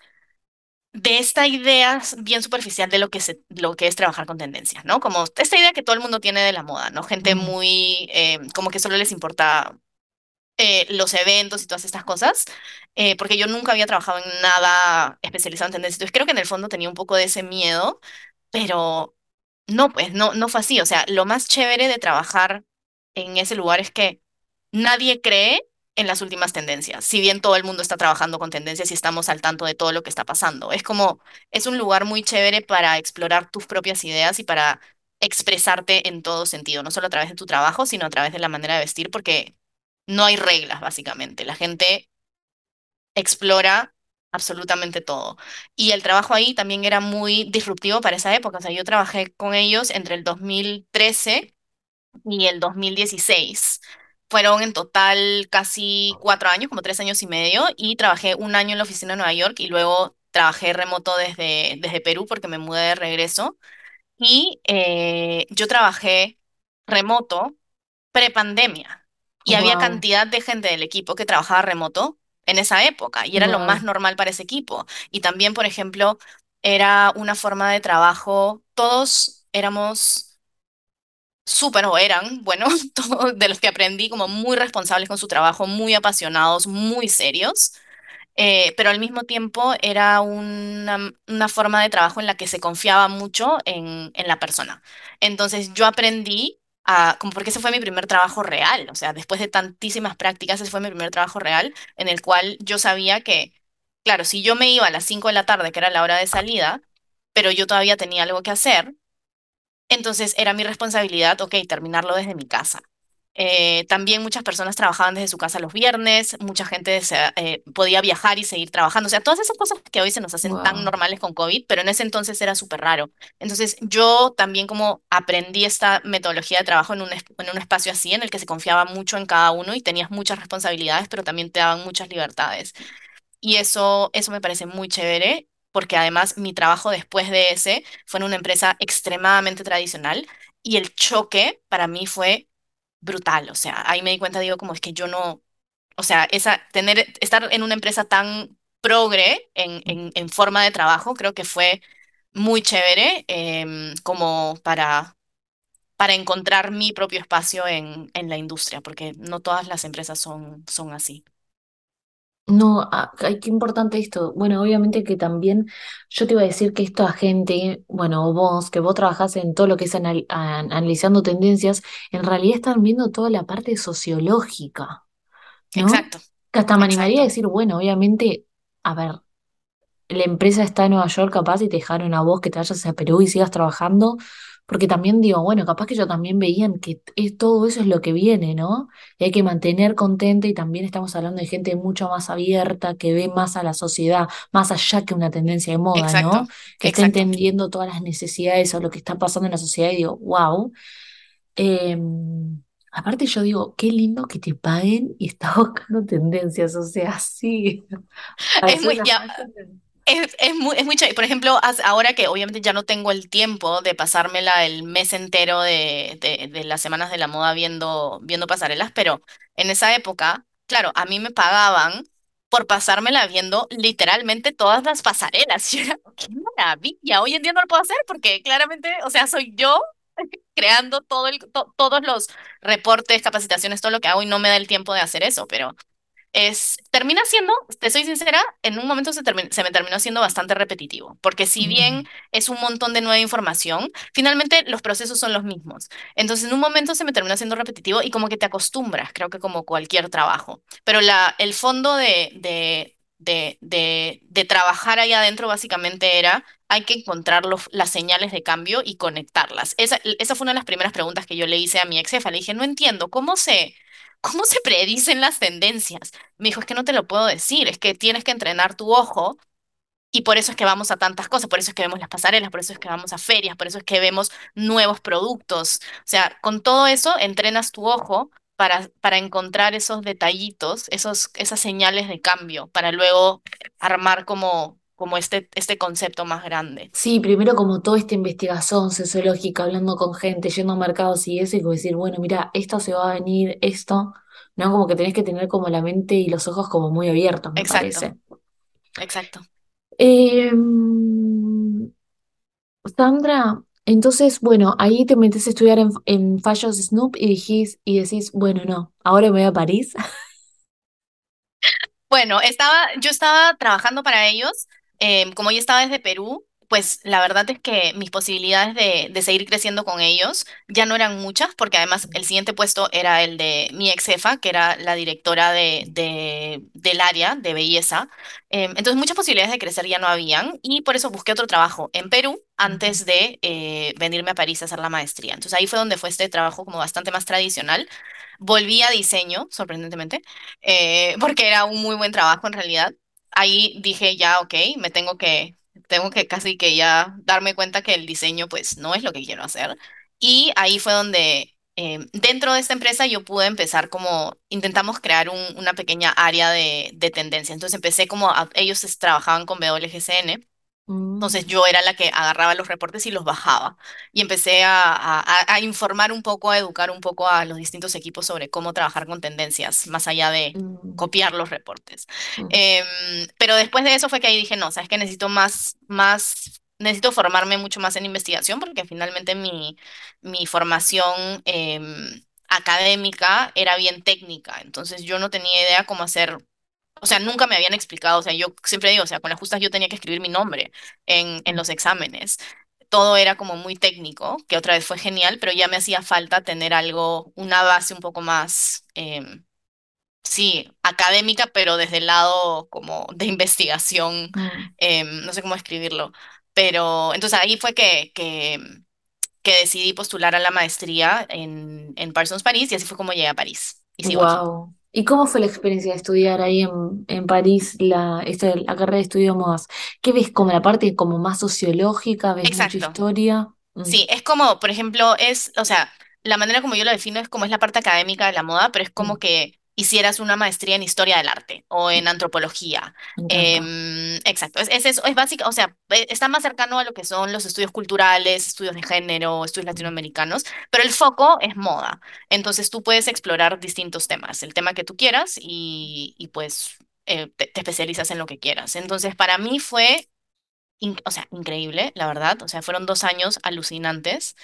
de esta idea bien superficial de lo que es trabajar con tendencias, ¿no? Como esta idea que todo el mundo tiene de la moda, ¿no? Gente Mm. muy, como que solo les importa los eventos y todas estas cosas, porque yo nunca había trabajado en nada especializado en tendencias. Entonces creo que en el fondo tenía un poco de ese miedo, pero no, pues no fue así. O sea, lo más chévere de trabajar en ese lugar es que nadie cree en las últimas tendencias, si bien todo el mundo está trabajando con tendencias y estamos al tanto de todo lo que está pasando. Es un lugar muy chévere para explorar tus propias ideas y para expresarte en todo sentido, no solo a través de tu trabajo, sino a través de la manera de vestir, porque no hay reglas, básicamente. La gente explora absolutamente todo. Y el trabajo ahí también era muy disruptivo para esa época. O sea, yo trabajé con ellos entre el 2013 y el 2016. Fueron en total casi 4 años, como 3 años y medio, y trabajé un año en la oficina de Nueva York y luego trabajé remoto desde Perú porque me mudé de regreso. Y yo trabajé remoto prepandemia. Y había Wow, cantidad de gente del equipo que trabajaba remoto en esa época y era lo más wow. normal para ese equipo. Y también, por ejemplo, era una forma de trabajo, todos éramos súper, o eran, bueno, todos de los que aprendí como muy responsables con su trabajo, muy apasionados, muy serios, pero al mismo tiempo era una forma de trabajo en la que se confiaba mucho en la persona. Entonces yo aprendí como porque ese fue mi primer trabajo real, o sea, después de tantísimas prácticas, ese fue mi primer trabajo real en el cual yo sabía que, claro, si yo me iba a las 5 de la tarde, que era la hora de salida, pero yo todavía tenía algo que hacer, entonces era mi responsabilidad, ok, terminarlo desde mi casa. También muchas personas trabajaban desde su casa los viernes, mucha gente podía viajar y seguir trabajando. O sea, todas esas cosas que hoy se nos hacen tan Wow. normales con COVID, pero en ese entonces era súper raro. Entonces yo también como aprendí esta metodología de trabajo en un espacio así, en el que se confiaba mucho en cada uno y tenías muchas responsabilidades, pero también te daban muchas libertades. Y eso me parece muy chévere, porque además mi trabajo después de ese fue en una empresa extremadamente tradicional y el choque para mí fue brutal. O sea, ahí me di cuenta, digo, como es que yo no, o sea, estar en una empresa tan progre en forma de trabajo, creo que fue muy chévere, como para encontrar mi propio espacio en la industria, porque no todas las empresas son así. No, ay, qué importante esto. Bueno, obviamente que también yo te iba a decir que esta gente, bueno, o vos, que vos trabajás en todo lo que es analizando tendencias, en realidad están viendo toda la parte sociológica, ¿no? Exacto, Que hasta me animaría a exacto, decir, bueno, obviamente, a ver, la empresa está en Nueva York capaz y te dejaron a vos que te vayas a Perú y sigas trabajando, porque también digo, bueno, capaz que ellos también veían que todo eso es lo que viene, ¿no? Y hay que mantener contenta y también estamos hablando de gente mucho más abierta, que ve más a la sociedad, más allá que una tendencia de moda, exacto, ¿no? Que está exacto. entendiendo todas las necesidades o lo que está pasando en la sociedad y digo, wow. Aparte yo digo, qué lindo que te paguen y estás buscando tendencias, o sea, sí, para Es hacer muy, una ya, fashion. es muy chévere. Por ejemplo, ahora que obviamente ya no tengo el tiempo de pasármela el mes entero de las semanas de la moda viendo pasarelas, pero en esa época, claro, a mí me pagaban por pasármela viendo literalmente todas las pasarelas. Y yo era, qué maravilla. Hoy en día no lo puedo hacer porque claramente, o sea, soy yo creando todos los reportes, capacitaciones, todo lo que hago y no me da el tiempo de hacer eso, pero termina siendo, te soy sincera, en un momento se me terminó siendo bastante repetitivo, porque si bien Mm. es un montón de nueva información, finalmente los procesos son los mismos. Entonces, en un momento se me terminó siendo repetitivo y como que te acostumbras, creo que como cualquier trabajo. Pero el fondo de trabajar ahí adentro básicamente era, hay que encontrar las señales de cambio y conectarlas. Esa fue una de las primeras preguntas que yo le hice a mi ex jefa. Le dije, no entiendo, ¿cómo se predicen las tendencias? Me dijo, es que no te lo puedo decir, es que tienes que entrenar tu ojo y por eso es que vamos a tantas cosas, por eso es que vemos las pasarelas, por eso es que vamos a ferias, por eso es que vemos nuevos productos. O sea, con todo eso entrenas tu ojo para encontrar esos detallitos, esas señales de cambio, para luego armar como este concepto más grande. Sí, primero como toda esta investigación sociológica, hablando con gente, yendo a mercados y eso, y como decir, bueno, mira, esto se va a venir, esto, ¿no? Como que tenés que tener como la mente y los ojos como muy abiertos, me Exacto, parece. exacto. Em, Sandra, entonces, bueno, ahí te metes a estudiar en Fashion Snoop y decís, bueno, no, ahora me voy a París. Bueno, yo estaba trabajando para ellos, como yo estaba desde Perú, pues la verdad es que mis posibilidades de seguir creciendo con ellos ya no eran muchas, porque además el siguiente puesto era el de mi ex jefa, que era la directora del área de belleza. Entonces muchas posibilidades de crecer ya no habían y por eso busqué otro trabajo en Perú antes de venirme a París a hacer la maestría. Entonces ahí fue donde fue este trabajo como bastante más tradicional. Volví a diseño, sorprendentemente, porque era un muy buen trabajo en realidad. Ahí dije ya, ok, tengo que casi que ya darme cuenta que el diseño pues no es lo que quiero hacer. Y ahí fue donde dentro de esta empresa yo pude empezar como, intentamos crear una pequeña área de tendencia. Entonces empecé como, ellos trabajaban con WGCN. Entonces Mm, yo era la que agarraba los reportes y los bajaba. Y empecé a informar un poco, a educar un poco a los distintos equipos sobre cómo trabajar con tendencias, más allá de mm, copiar los reportes. mm, Em, pero después de eso fue que ahí dije, no, sabes que necesito formarme mucho más en investigación, porque finalmente mi formación académica era bien técnica. Entonces yo no tenía idea cómo hacer. O sea, nunca me habían explicado, o sea, yo siempre digo, o sea, con las justas yo tenía que escribir mi nombre en mm, los exámenes. Todo era como muy técnico, que otra vez fue genial, pero ya me hacía falta tener algo, una base un poco más, sí, académica, pero desde el lado como de investigación, mm. no sé cómo escribirlo. Pero entonces ahí fue que que decidí postular a la maestría en Parsons, París, y así fue como llegué a París. Y sigo aquí. Wow. ¿Y cómo fue la experiencia de estudiar ahí en París la carrera de estudio de modas? ¿Qué ves como la parte como más sociológica? ¿Ves mucha Exacto. historia? Sí, es como, por ejemplo, o sea, la manera como yo lo defino es como es la parte académica de la moda, pero es como Mm, que hicieras una maestría en historia del arte o en antropología. me encanta. Exacto, es eso, es básica, o sea, está más cercano a lo que son los estudios culturales, estudios de género, estudios Mm, latinoamericanos, pero el foco es moda. Entonces tú puedes explorar distintos temas, el tema que tú quieras y pues te especializas en lo que quieras. Entonces, para mí fue o sea, increíble, la verdad. O sea, fueron 2 años alucinantes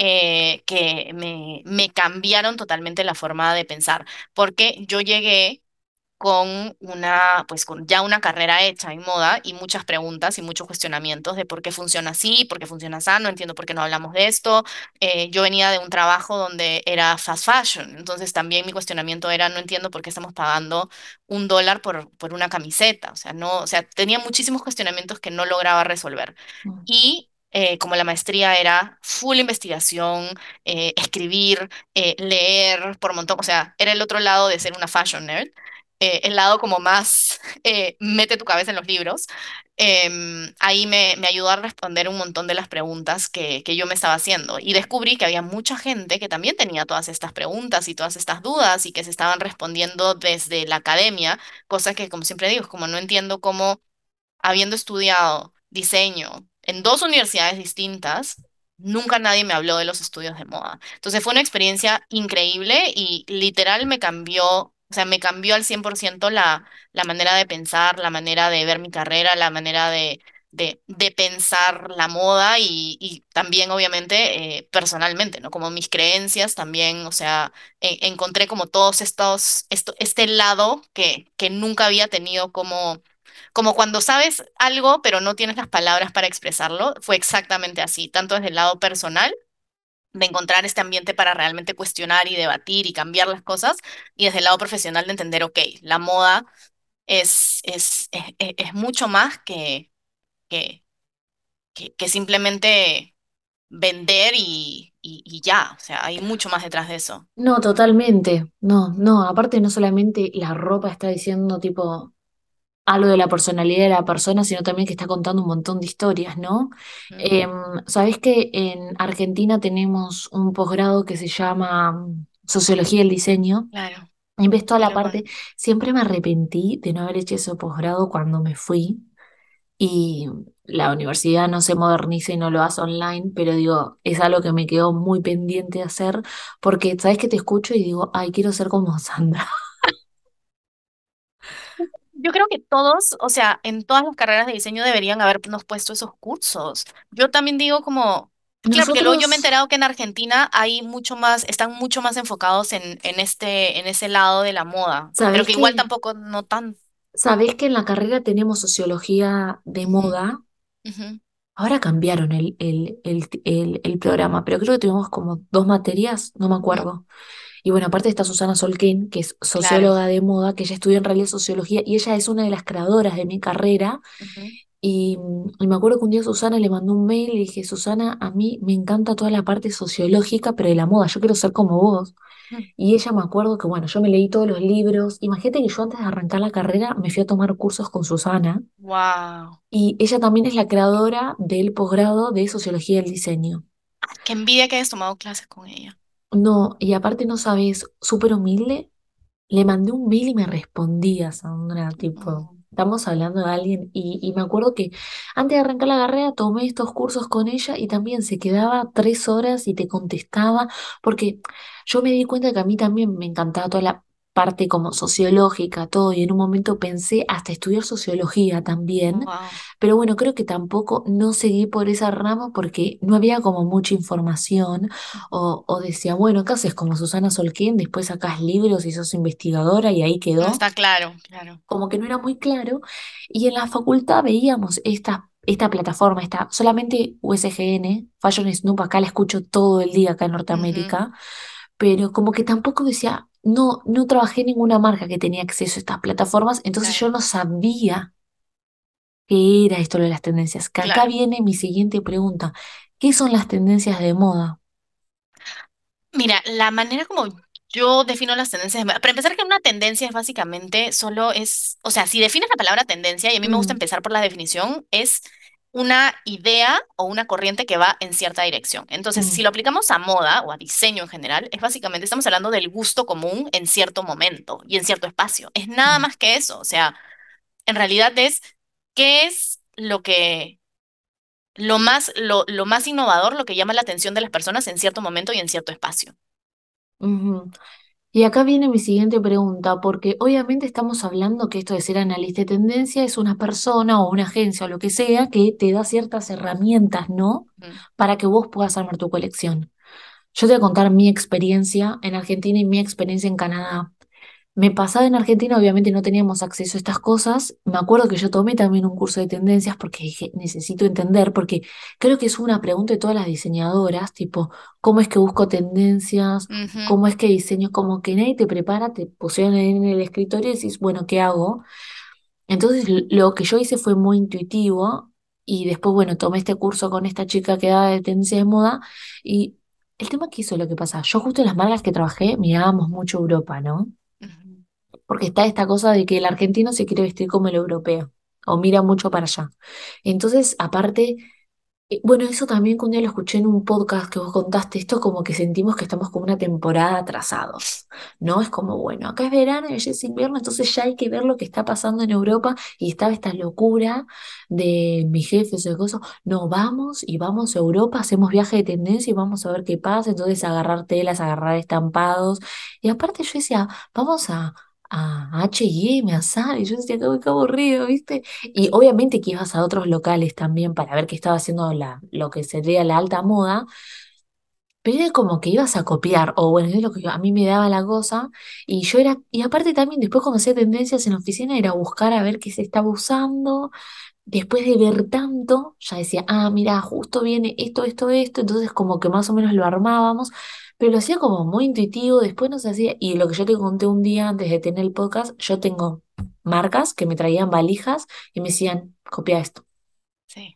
que me cambiaron totalmente la forma de pensar, porque yo llegué con pues con ya una carrera hecha en moda y muchas preguntas y muchos cuestionamientos de por qué funciona así, por qué funciona así, no entiendo por qué no hablamos de esto. Yo venía de un trabajo donde era fast fashion, entonces también mi cuestionamiento era, no entiendo por qué estamos pagando $1 por una camiseta, o sea, no, o sea, tenía muchísimos cuestionamientos que no lograba resolver. mm, Y como la maestría era full investigación, escribir, leer por montón, o sea, era el otro lado de ser una fashion nerd, el lado como más mete tu cabeza en los libros, ahí me ayudó a responder un montón de las preguntas que yo me estaba haciendo. Y descubrí que había mucha gente que también tenía todas estas preguntas y todas estas dudas y que se estaban respondiendo desde la academia, cosa que, como siempre digo, es como no entiendo cómo habiendo estudiado diseño en dos universidades distintas, nunca nadie me habló de los estudios de moda. Entonces fue una experiencia increíble y literal me cambió, o sea, me cambió al 100% la manera de pensar, la manera de ver mi carrera, la manera de pensar la moda y también obviamente personalmente, ¿no? Como mis creencias también, o sea, encontré como todos este lado que nunca había tenido como cuando sabes algo, pero no tienes las palabras para expresarlo, fue exactamente así, tanto desde el lado personal, de encontrar este ambiente para realmente cuestionar y debatir y cambiar las cosas, y desde el lado profesional de entender, ok, la moda es mucho más que, que simplemente vender y ya, o sea, hay mucho más detrás de eso. no, totalmente. No, no, aparte no solamente la ropa está diciendo tipo algo de la personalidad de la persona, sino también que está contando un montón de historias, ¿no? Mm, Em, ¿Sabés que en Argentina tenemos un posgrado que se llama Sociología del Diseño? claro, Y ves toda sí la lo parte, con. siempre me arrepentí de no haber hecho ese posgrado cuando me fui y la universidad no se moderniza y no lo hace online, pero digo, es algo que me quedó muy pendiente de hacer porque, ¿sabes que te escucho y digo, ay, quiero ser como Sandra? Yo creo que todos, o sea, en todas las carreras de diseño deberían habernos puesto esos cursos. Yo también digo como, claro, porque luego yo me he Nosotros, enterado que en Argentina hay mucho más, están mucho más enfocados en ese lado de la moda, pero ¿sabés que igual que, tampoco no tan. sabés que en la carrera tenemos sociología de Ujú, moda? ujú, Ahora cambiaron el programa, pero creo que tuvimos como dos materias, no me ujú, acuerdo. Y bueno, aparte está Susana Solquén, que es claro. socióloga de moda, que ella estudió en realidad sociología y ella es una de las creadoras de mi carrera. Ujú, Y me acuerdo que un día Susana le mandó un mail y le dije, Susana, a mí me encanta toda la parte sociológica, pero de la moda, yo quiero ser como vos. ujú. Y ella me acuerdo que, bueno, yo me leí todos los libros. Imagínate que yo antes de arrancar la carrera me fui a tomar cursos con Susana Wow. y ella también es la creadora del posgrado de Sociología del Diseño. Qué envidia que hayas tomado clases con ella. No, y aparte no sabes, súper humilde. Le mandé un mail y me respondía, Sandra, tipo, Oh, estamos hablando de alguien. Y me acuerdo que antes de arrancar la carrera tomé estos cursos con ella y también se quedaba 3 horas y te contestaba, porque yo me di cuenta que a mí también me encantaba toda la parte como sociológica, todo, y en un momento pensé hasta estudiar sociología también, wow. pero bueno, creo que tampoco no seguí por esa rama porque no había como mucha información o decía, bueno, ¿qué haces como Susana Solquén? Después sacás libros y sos investigadora y ahí No quedó. está claro, claro. Como que no era muy claro. Y en la facultad veíamos esta plataforma, esta, solamente USGN, Fashion Snoop, acá la escucho todo el día acá en Ujú, Norteamérica, pero como que tampoco decía, no, no trabajé en ninguna marca que tenía acceso a estas plataformas, entonces yo claro, no sabía qué era esto de las tendencias. Que acá claro. viene mi siguiente pregunta. ¿Qué son las tendencias de moda? Mira, la manera como yo defino las tendencias, para empezar que una tendencia es básicamente solo es, o sea, si defines la palabra tendencia, y a mí me gusta Mm, empezar por la definición, es una idea o una corriente que va en cierta dirección. Entonces, si mm, lo aplicamos a moda o a diseño en general, es básicamente, estamos hablando del gusto común en cierto momento y en cierto espacio. Es nada mm, más que eso, o sea, en realidad es qué es lo más innovador, lo que llama la atención de las personas en cierto momento y en cierto espacio. ujú. Y acá viene mi siguiente pregunta, porque obviamente estamos hablando que esto de ser analista de tendencia es una persona o una agencia o lo que sea que te da ciertas herramientas, ¿no? Mm, Para que vos puedas armar tu colección. Yo te voy a contar mi experiencia en Argentina y mi experiencia en Canadá. Me pasaba en Argentina, obviamente no teníamos acceso a estas cosas. Me acuerdo que yo tomé también un curso de tendencias porque dije, necesito entender, porque creo que es una pregunta de todas las diseñadoras, tipo, ¿cómo es que busco tendencias? ujú, ¿Cómo es que diseño? Como que nadie te prepara, te pusieron ahí en el escritorio y decís, bueno, ¿qué hago? Entonces lo que yo hice fue muy intuitivo y después, bueno, tomé este curso con esta chica que daba de tendencias de moda y el tema que hizo lo que pasa, yo justo en las marcas que trabajé mirábamos mucho Europa, ¿no? ujú, Porque está esta cosa de que el argentino se quiere vestir como el europeo o mira mucho para allá. Entonces, aparte, bueno, eso también que un día lo escuché en un podcast que vos contaste, esto como que sentimos que estamos como una temporada atrasados, ¿no? Es como, bueno, acá es verano y allá es invierno, entonces ya hay que ver lo que está pasando en Europa y estaba esta locura de mis jefes o de cosas, no, vamos y vamos a Europa, hacemos viaje de tendencia y vamos a ver qué pasa, entonces agarrar telas, agarrar estampados y aparte yo decía, vamos a H&M, a Zara, y yo decía, qué aburrido, ¿viste? Y obviamente que ibas a otros locales también para ver qué estaba haciendo lo que sería la alta moda, pero era como que ibas a copiar, o bueno, es lo que a mí me daba la cosa, y yo era, y aparte también después cuando hacía tendencias en la oficina era buscar a ver qué se estaba usando, después de ver tanto, ya decía, ah, mira, justo viene esto, entonces como que más o menos lo armábamos, pero lo hacía como muy intuitivo, después nos hacía, y lo que yo te conté un día antes de tener el podcast, yo tengo marcas que me traían valijas y me decían, copia esto. sí.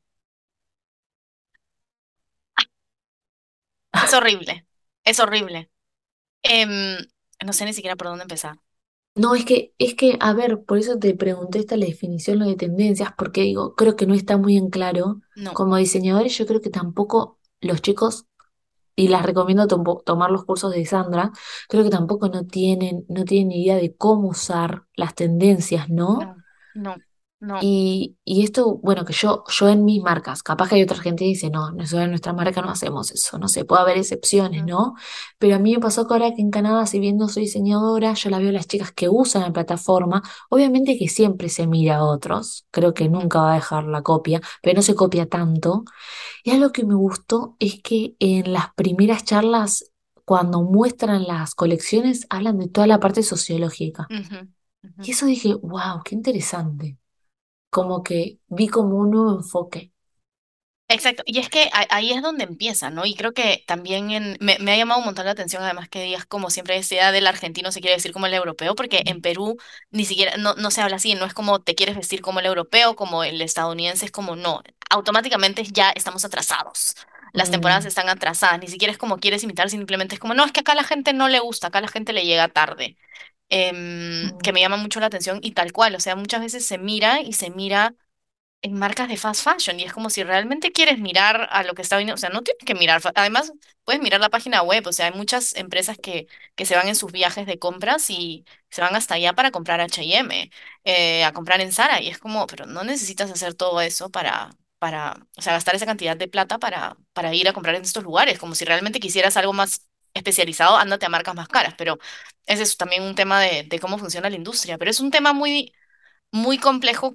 Es horrible, es horrible. Em, no sé ni siquiera por dónde empezar. No, a ver, por eso te pregunté esta la definición, lo de tendencias, porque digo, creo que no está muy en claro. No, Como diseñadores, yo creo que tampoco los chicos, y las recomiendo tomar los cursos de Sandra, creo que tampoco no tienen idea de cómo usar las tendencias, ¿no? no, no, no. Y esto, bueno, que yo en mis marcas, capaz que hay otra gente que dice, no, nosotros en nuestra marca no hacemos eso, no sé, puede haber excepciones, Mm, ¿no? Pero a mí me pasó que ahora que en Canadá, si bien no soy diseñadora, yo la veo a las chicas que usan la plataforma, obviamente que siempre se mira a otros, creo que ujú, nunca va a dejar la copia, pero no se copia tanto. Y algo que me gustó es que en las primeras charlas, cuando muestran las colecciones, hablan de toda la parte sociológica. ujú, ujú. Y eso dije, wow, qué interesante como que vi como un nuevo enfoque. Exacto, y es que ahí es donde empieza, ¿no? Y creo que también me ha llamado un montón la atención, además que digas, como siempre decía, del argentino se quiere vestir como el europeo, porque en Perú ni siquiera, no se habla así, no es como te quieres vestir como el europeo, como el estadounidense, es como no, automáticamente ya estamos atrasados, las temporadas Mm, están atrasadas, ni siquiera es como quieres imitar, simplemente es como, no, es que acá a la gente no le gusta, acá a la gente le llega tarde, que mm, me llama mucho la atención y tal cual, o sea, muchas veces se mira y se mira en marcas de fast fashion y es como si realmente quieres mirar a lo que está viniendo, o sea, no tienes que mirar, además puedes mirar la página web, o sea, hay muchas empresas que se van en sus viajes de compras y se van hasta allá para comprar H&M, a comprar en Zara y es como, pero no necesitas hacer todo eso o sea, gastar esa cantidad de plata para ir a comprar en estos lugares, como si realmente quisieras algo más especializado, ándate a marcas más caras, pero ese es también un tema de cómo funciona la industria, pero es un tema muy complejo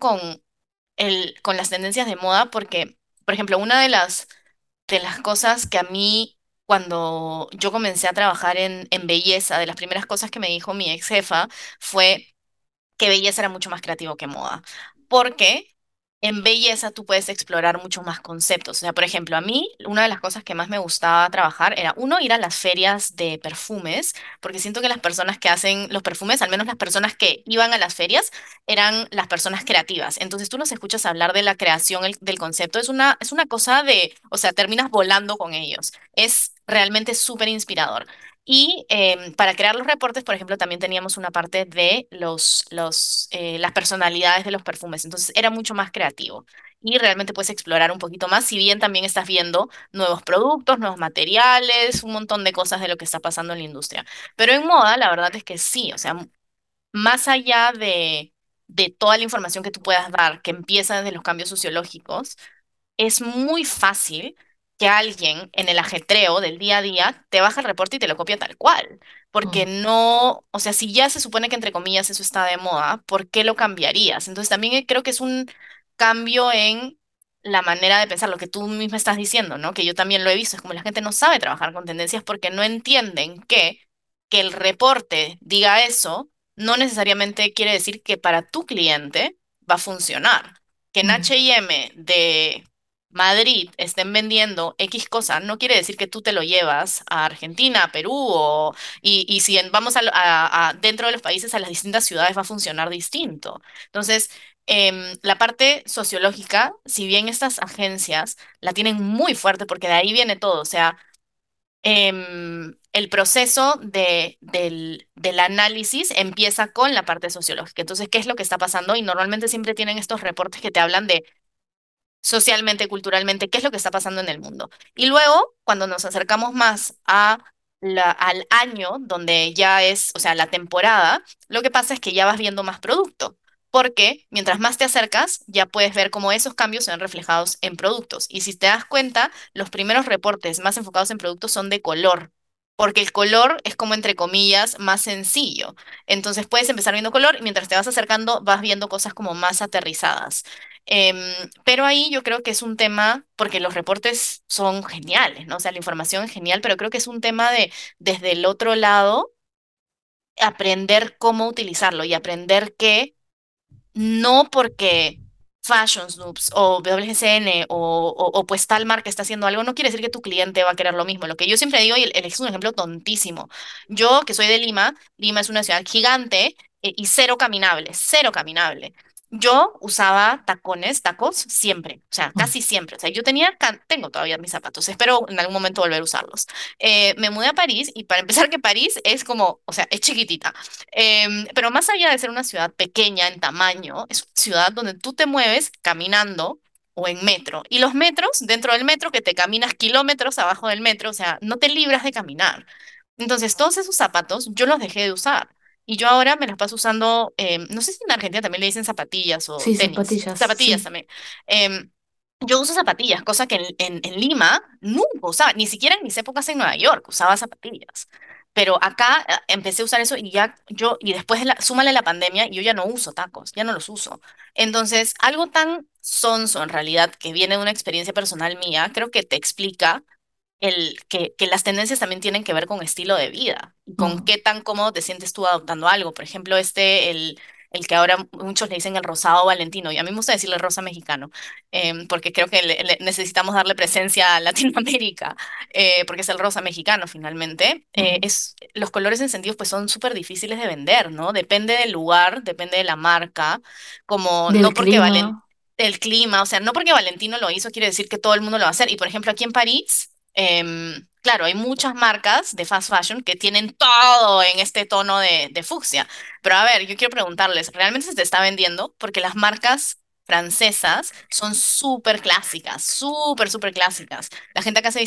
con las tendencias de moda porque, por ejemplo, una de las cosas que a mí, cuando yo comencé a trabajar en belleza, de las primeras cosas que me dijo mi ex jefa fue que belleza era mucho más creativo que moda. ¿Por qué? en belleza tú puedes explorar mucho más conceptos. O sea, por ejemplo, a mí una de las cosas que más me gustaba trabajar era, uno, ir a las ferias de perfumes, porque siento que las personas que hacen los perfumes, al menos las personas que iban a las ferias, eran las personas creativas. Entonces tú los escuchas hablar de la creación del concepto. Es una cosa de, o sea, terminas volando con ellos. Es realmente súper inspirador. Y para crear los reportes, por ejemplo, también teníamos una parte de las personalidades de los perfumes. Entonces era mucho más creativo y realmente puedes explorar un poquito más, si bien también estás viendo nuevos productos, nuevos materiales, un montón de cosas de lo que está pasando en la industria. Pero en moda, la verdad es que sí, o sea, más allá de toda la información que tú puedas dar, que empieza desde los cambios sociológicos, es muy fácil que alguien en el ajetreo del día a día te baja el reporte y te lo copia tal cual. Porque Mm, no, o sea, si ya se supone que entre comillas eso está de moda, ¿por qué lo cambiarías? Entonces también creo que es un cambio en la manera de pensar, lo que tú misma estás diciendo, ¿no? Que yo también lo he visto, es como la gente no sabe trabajar con tendencias porque no entienden que el reporte diga eso no necesariamente quiere decir que para tu cliente va a funcionar. Que en mm, H&M de Madrid estén vendiendo X cosa, no quiere decir que tú te lo llevas a Argentina, a Perú, y si vamos dentro de los países, a las distintas ciudades va a funcionar distinto. Entonces, la parte sociológica, si bien estas agencias la tienen muy fuerte, porque de ahí viene todo, o sea, el proceso del análisis empieza con la parte sociológica. Entonces, ¿qué es lo que está pasando? Y normalmente siempre tienen estos reportes que te hablan de socialmente, culturalmente, qué es lo que está pasando en el mundo. Y luego, cuando nos acercamos más al año, donde ya es, o sea, la temporada, lo que pasa es que ya vas viendo más producto. Porque mientras más te acercas, ya puedes ver cómo esos cambios se ven reflejados en productos. Y si te das cuenta, los primeros reportes más enfocados en productos son de color, porque el color es como, entre comillas, más sencillo. Entonces puedes empezar viendo color y mientras te vas acercando vas viendo cosas como más aterrizadas. Em, pero ahí yo creo que es un tema, porque los reportes son geniales, ¿no? O sea, la información es genial, pero creo que es un tema de, desde el otro lado, aprender cómo utilizarlo y aprender que no porque Fashion Snoops o WGCN o pues tal marca está haciendo algo, no quiere decir que tu cliente va a querer lo mismo. Lo que yo siempre digo, y es un ejemplo tontísimo. Yo, que soy de Lima, Lima es una ciudad gigante y cero caminable, cero caminable. Yo usaba tacones, tacos, siempre, o sea, mm. casi siempre. O sea, yo tengo todavía mis zapatos, espero en algún momento volver a usarlos. Me mudé a París y para empezar que París es como, o sea, es chiquitita. Pero más allá de ser una ciudad pequeña en tamaño, es una ciudad donde tú te mueves caminando o en metro. Y los metros, dentro del metro, que te caminas kilómetros abajo del metro, o sea, no te libras de caminar. Entonces, todos esos zapatos yo los dejé de usar. Y yo ahora me los paso usando, no sé si en Argentina también le dicen zapatillas o Sí, tenis, zapatillas, zapatillas sí. también. Em, yo uso zapatillas, cosa que en Lima nunca usaba, ni siquiera en mis épocas en Nueva York usaba zapatillas. Pero acá empecé a usar eso y ya yo, y después súmale la pandemia, y yo ya no uso tacos, ya no los uso. Entonces, algo tan sonso en realidad que viene de una experiencia personal mía, creo que te explica que las tendencias también tienen que ver con estilo de vida y con Mm, qué tan cómodo te sientes tú adoptando algo. Por ejemplo, el que ahora muchos le dicen el rosado valentino, y a mí me gusta decirle rosa mexicano, porque creo que necesitamos darle presencia a Latinoamérica, porque es el rosa mexicano finalmente. mm. Los colores encendidos pues son súper difíciles de vender, ¿no? Depende del lugar, depende de la marca, como Del no porque clima. el clima, o sea, no porque Valentino lo hizo quiere decir que todo el mundo lo va a hacer. Y por ejemplo, aquí en París, claro, hay muchas marcas de fast fashion que tienen todo en este tono de fucsia. Pero a ver, yo quiero preguntarles, ¿realmente se te está vendiendo? Porque las marcas francesas son súper clásicas, súper, súper clásicas. La gente acá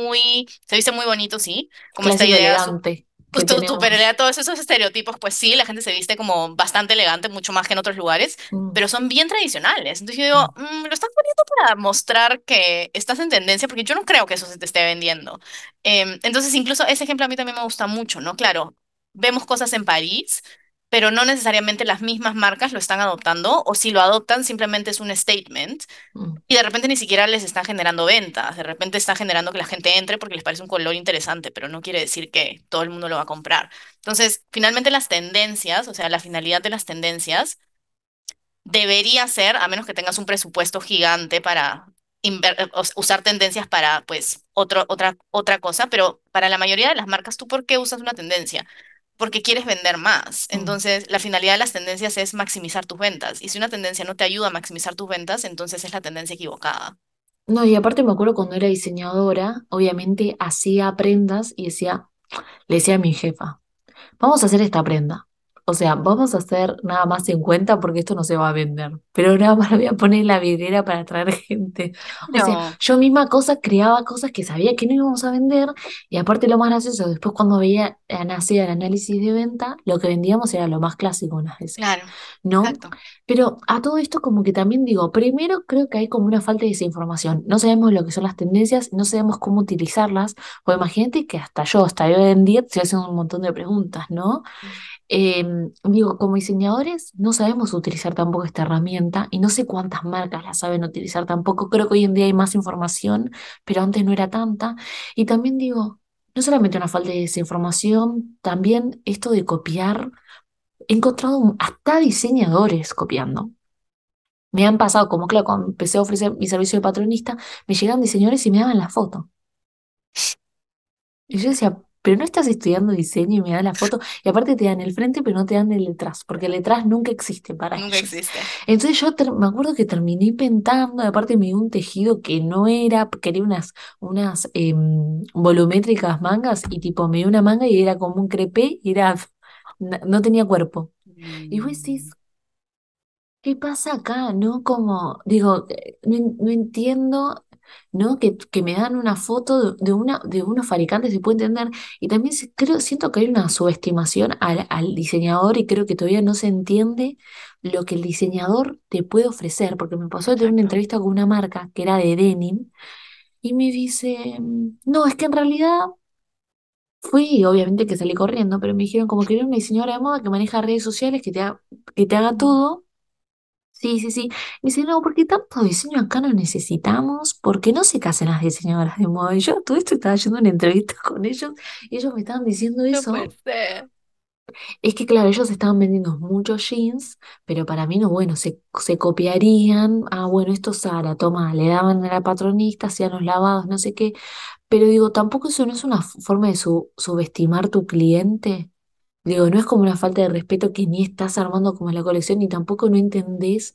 se viste muy bonito, sí, como esta Clásico idea elegante que pues tu pelea, tenemos. todos esos estereotipos, pues sí, la gente se viste como bastante elegante, mucho más que en otros lugares, Mm, pero son bien tradicionales. Entonces yo digo, mm, lo estás poniendo para mostrar que estás en tendencia, porque yo no creo que eso se te esté vendiendo. Entonces, incluso ese ejemplo a mí también me gusta mucho, ¿no? Claro, vemos cosas en París, pero no necesariamente las mismas marcas lo están adoptando, o si lo adoptan, simplemente es un statement. mm. Y de repente ni siquiera les están generando ventas, de repente está generando que la gente entre porque les parece un color interesante, pero no quiere decir que todo el mundo lo va a comprar. Entonces, finalmente las tendencias, o sea, la finalidad de las tendencias debería ser, a menos que tengas un presupuesto gigante para usar tendencias para, pues, otra cosa, pero para la mayoría de las marcas, ¿tú por qué usas una tendencia? Porque quieres vender más. Mm. Entonces, la finalidad de las tendencias es maximizar tus ventas. Y si una tendencia no te ayuda a maximizar tus ventas, entonces es la tendencia equivocada. No, y aparte me acuerdo cuando era diseñadora, obviamente hacía prendas y decía, le decía a mi jefa. Vamos a hacer esta prenda. O sea, vamos a hacer nada más 50 porque esto no se va a vender. Pero nada más lo voy a poner en la vidriera para atraer gente. O sea, No, yo misma creaba cosas que sabía que no íbamos a vender. Y aparte lo más gracioso, después cuando veía, hacía el análisis de venta, lo que vendíamos era lo más clásico unas veces. claro, ¿No? exacto. Pero a todo esto como que también digo, primero creo que hay como una falta de desinformación. No sabemos lo que son las tendencias, no sabemos cómo utilizarlas. O imagínate que hasta hoy en día, te estoy haciendo un montón de preguntas, ¿no? Digo, como diseñadores no sabemos utilizar tampoco esta herramienta y no sé cuántas marcas la saben utilizar tampoco. Creo que hoy en día hay más información, pero antes no era tanta. Y también digo, no solamente una falta de desinformación, también esto de copiar. He encontrado hasta diseñadores copiando. Me han pasado, como claro, cuando empecé a ofrecer mi servicio de patronista, me llegaban diseñadores y me daban la foto. Y yo decía, pero no estás estudiando diseño y me dan la foto. Y aparte te dan el frente, pero no te dan el detrás, porque el detrás nunca existe para Nunca ellos. existe. Entonces yo me acuerdo que terminé inventando, y aparte me dio un tejido que no era, quería unas volumétricas mangas, y tipo me dio una manga y era como un crepé y era, no tenía cuerpo. Y vos decís, Mm, ¿qué pasa acá? ¿No? Como, digo, no entiendo, ¿no? Que me dan una foto de unos fabricantes, se puede entender. Y también siento que hay una subestimación al diseñador y creo que todavía no se entiende lo que el diseñador te puede ofrecer. Porque me pasó de tener una exacto. entrevista con una marca que era de denim y me dice, no, es que en realidad fui, y obviamente que salí corriendo, pero me dijeron como que era una diseñadora de moda que maneja redes sociales, que te haga Mm. todo. Sí, sí, sí. Me dice, no, porque tanto diseño acá no necesitamos, porque no se casan las diseñadoras de moda. Y yo todo esto estaba yendo a una entrevista con ellos y ellos me estaban diciendo No puede eso. ser. Es que, claro, ellos estaban vendiendo muchos jeans, pero para mí no, bueno, se copiarían. Ah, bueno, esto Sara, toma, le daban a la patronista, hacían los lavados, no sé qué. Pero digo, tampoco eso no es una forma de subestimar tu cliente. Digo, no es como una falta de respeto que ni estás armando como la colección, ni tampoco no entendés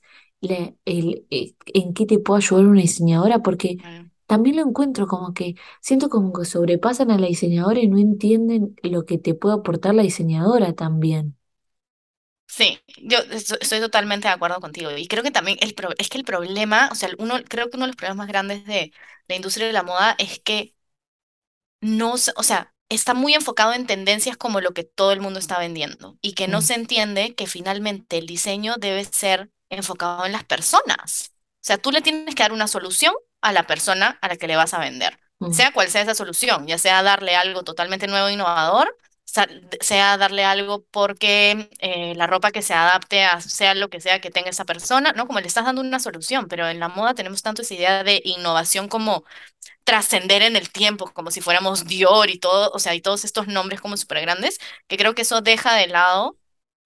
en qué te puede ayudar una diseñadora, porque Claro. también lo encuentro como que siento como que sobrepasan a la diseñadora y no entienden lo que te puede aportar la diseñadora también. Sí, yo estoy totalmente de acuerdo contigo. Y creo que también es que el problema, o sea, creo que uno de los problemas más grandes de la industria de la moda es que no, o sea, está muy enfocado en tendencias como lo que todo el mundo está vendiendo y que no Mm, se entiende que finalmente el diseño debe ser enfocado en las personas. O sea, tú le tienes que dar una solución a la persona a la que le vas a vender, mm, sea cual sea esa solución, ya sea darle algo totalmente nuevo e innovador, sea darle algo porque la ropa que se adapte a sea lo que sea que tenga esa persona, ¿no? Como le estás dando una solución, pero en la moda tenemos tanto esa idea de innovación como trascender en el tiempo, como si fuéramos Dior y todo, o sea, y todos estos nombres como súper grandes, que creo que eso deja de lado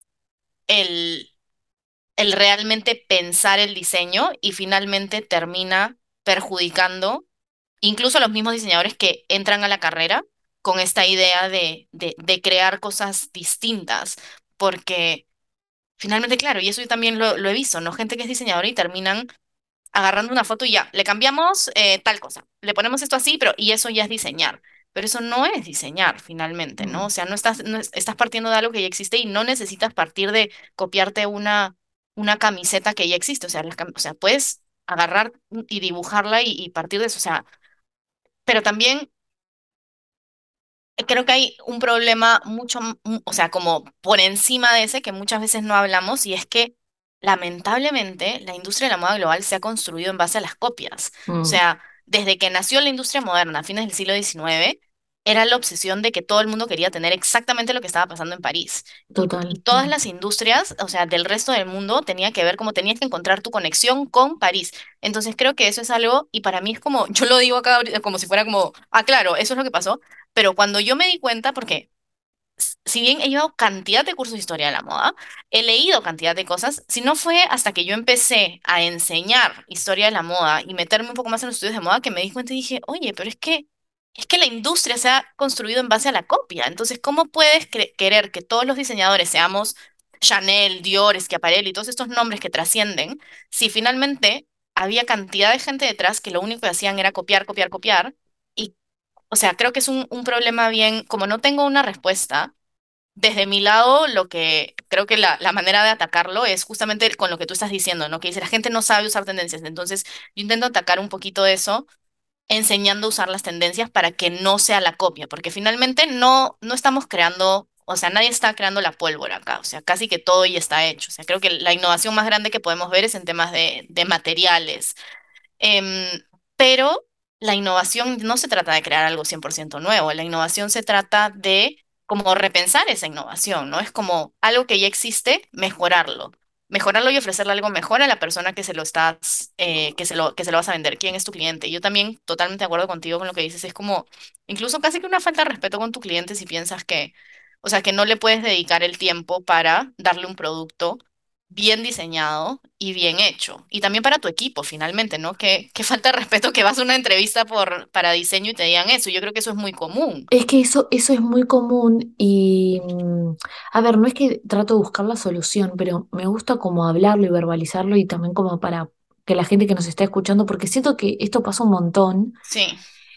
el, el realmente pensar el diseño y finalmente termina perjudicando incluso a los mismos diseñadores que entran a la carrera con esta idea de crear cosas distintas, porque finalmente, claro, y eso yo también lo he visto, ¿no? Gente que es diseñadora y terminan agarrando una foto y ya, le cambiamos tal cosa, le ponemos esto así, pero y eso ya es diseñar. Pero eso no es diseñar finalmente, ¿no? O mm. sea, estás partiendo de algo que ya existe y no necesitas partir de copiarte una camiseta que ya existe. O sea, o sea, puedes agarrar y dibujarla y partir de eso. O sea, pero también creo que hay un problema o sea, como por encima de ese que muchas veces no hablamos y es que lamentablemente la industria de la moda global se ha construido en base a las copias. O Mm, sea, desde que nació la industria moderna a fines del siglo XIX, era la obsesión de que todo el mundo quería tener exactamente lo que estaba pasando en París. Y total. todas las industrias, o sea, del resto del mundo, tenía que ver cómo tenías que encontrar tu conexión con París. Entonces creo que eso es algo, y para mí es como, yo lo digo acá como si fuera como, ah, claro, eso es lo que pasó, pero cuando yo me di cuenta, porque si bien he llevado cantidad de cursos de historia de la moda, he leído cantidad de cosas, si no fue hasta que yo empecé a enseñar historia de la moda y meterme un poco más en los estudios de moda que me di cuenta y dije, oye, pero es que la industria se ha construido en base a la copia. Entonces, ¿cómo puedes querer que todos los diseñadores seamos Chanel, Dior, Schiaparelli y todos estos nombres que trascienden si finalmente había cantidad de gente detrás que lo único que hacían era copiar, copiar, copiar? Y, o sea, creo que es un problema bien, como no tengo una respuesta. Desde mi lado, lo que creo que la manera de atacarlo es justamente con lo que tú estás diciendo, ¿no? Que dice, la gente no sabe usar tendencias. Entonces, yo intento atacar un poquito eso, enseñando a usar las tendencias para que no sea la copia, porque finalmente no estamos creando, o sea, nadie está creando la pólvora acá, o sea, casi que todo ya está hecho. O sea, creo que la innovación más grande que podemos ver es en temas de materiales. Pero la innovación no se trata de crear algo 100% nuevo, la innovación se trata de como repensar esa innovación, ¿no? Es como algo que ya existe, mejorarlo. Mejorarlo y ofrecerle algo mejor a la persona que se lo estás, que se lo vas a vender. ¿Quién es tu cliente? Yo también totalmente de acuerdo contigo con lo que dices. Es como, incluso casi que una falta de respeto con tu cliente si piensas que, o sea, que no le puedes dedicar el tiempo para darle un producto bien diseñado y bien hecho. Y también para tu equipo, finalmente, ¿no? Que falta de respeto que vas a una entrevista para diseño y te digan eso. Yo creo que eso es muy común. Es que eso es muy común y, a ver, no es que trato de buscar la solución, pero me gusta como hablarlo y verbalizarlo y también como para que la gente que nos está escuchando, porque siento que esto pasa un montón. Sí,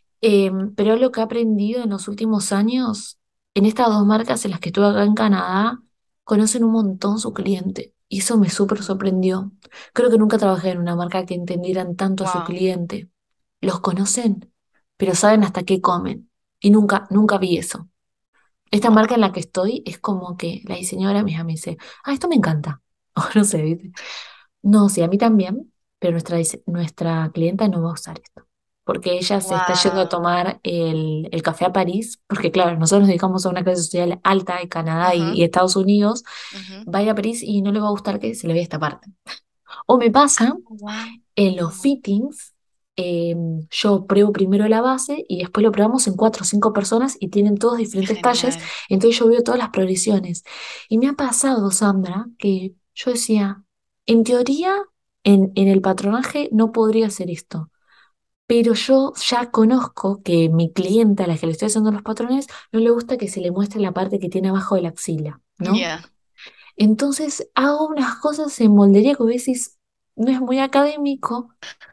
Pero lo que he aprendido en los últimos años, en estas dos marcas en las que estuve acá en Canadá, conocen un montón su cliente. Y eso me súper sorprendió. Creo que nunca trabajé en una marca que entendieran tanto a su wow, cliente. Los conocen, pero saben hasta qué comen. Y nunca vi eso. Esta marca en wow, la que estoy es como que la diseñadora misma me dice, ah, esto me encanta. O no sé, ¿viste? No, sí, a mí también, pero nuestra clienta no va a usar esto, porque ella se está yendo a wow. tomar el café a París, porque claro, nosotros nos dedicamos a una clase social alta de Canadá Ujú, y Estados Unidos, ujú. va a ir a París y no le va a gustar que se le vea esta parte. O me pasa Wow. en los fittings, eh, yo pruebo primero la base y después lo probamos en cuatro o cinco personas y tienen todos Qué diferentes talles, genial. entonces yo veo todas las progresiones. Y me ha pasado, Sandra, que yo decía, en teoría, en el patronaje no podría hacer esto, pero yo ya conozco que mi clienta, a la que le estoy haciendo los patrones, no le gusta que se le muestre la parte que tiene abajo de la axila, ¿no? Ya, Entonces hago unas cosas en moldería que vos decís, no es muy académico,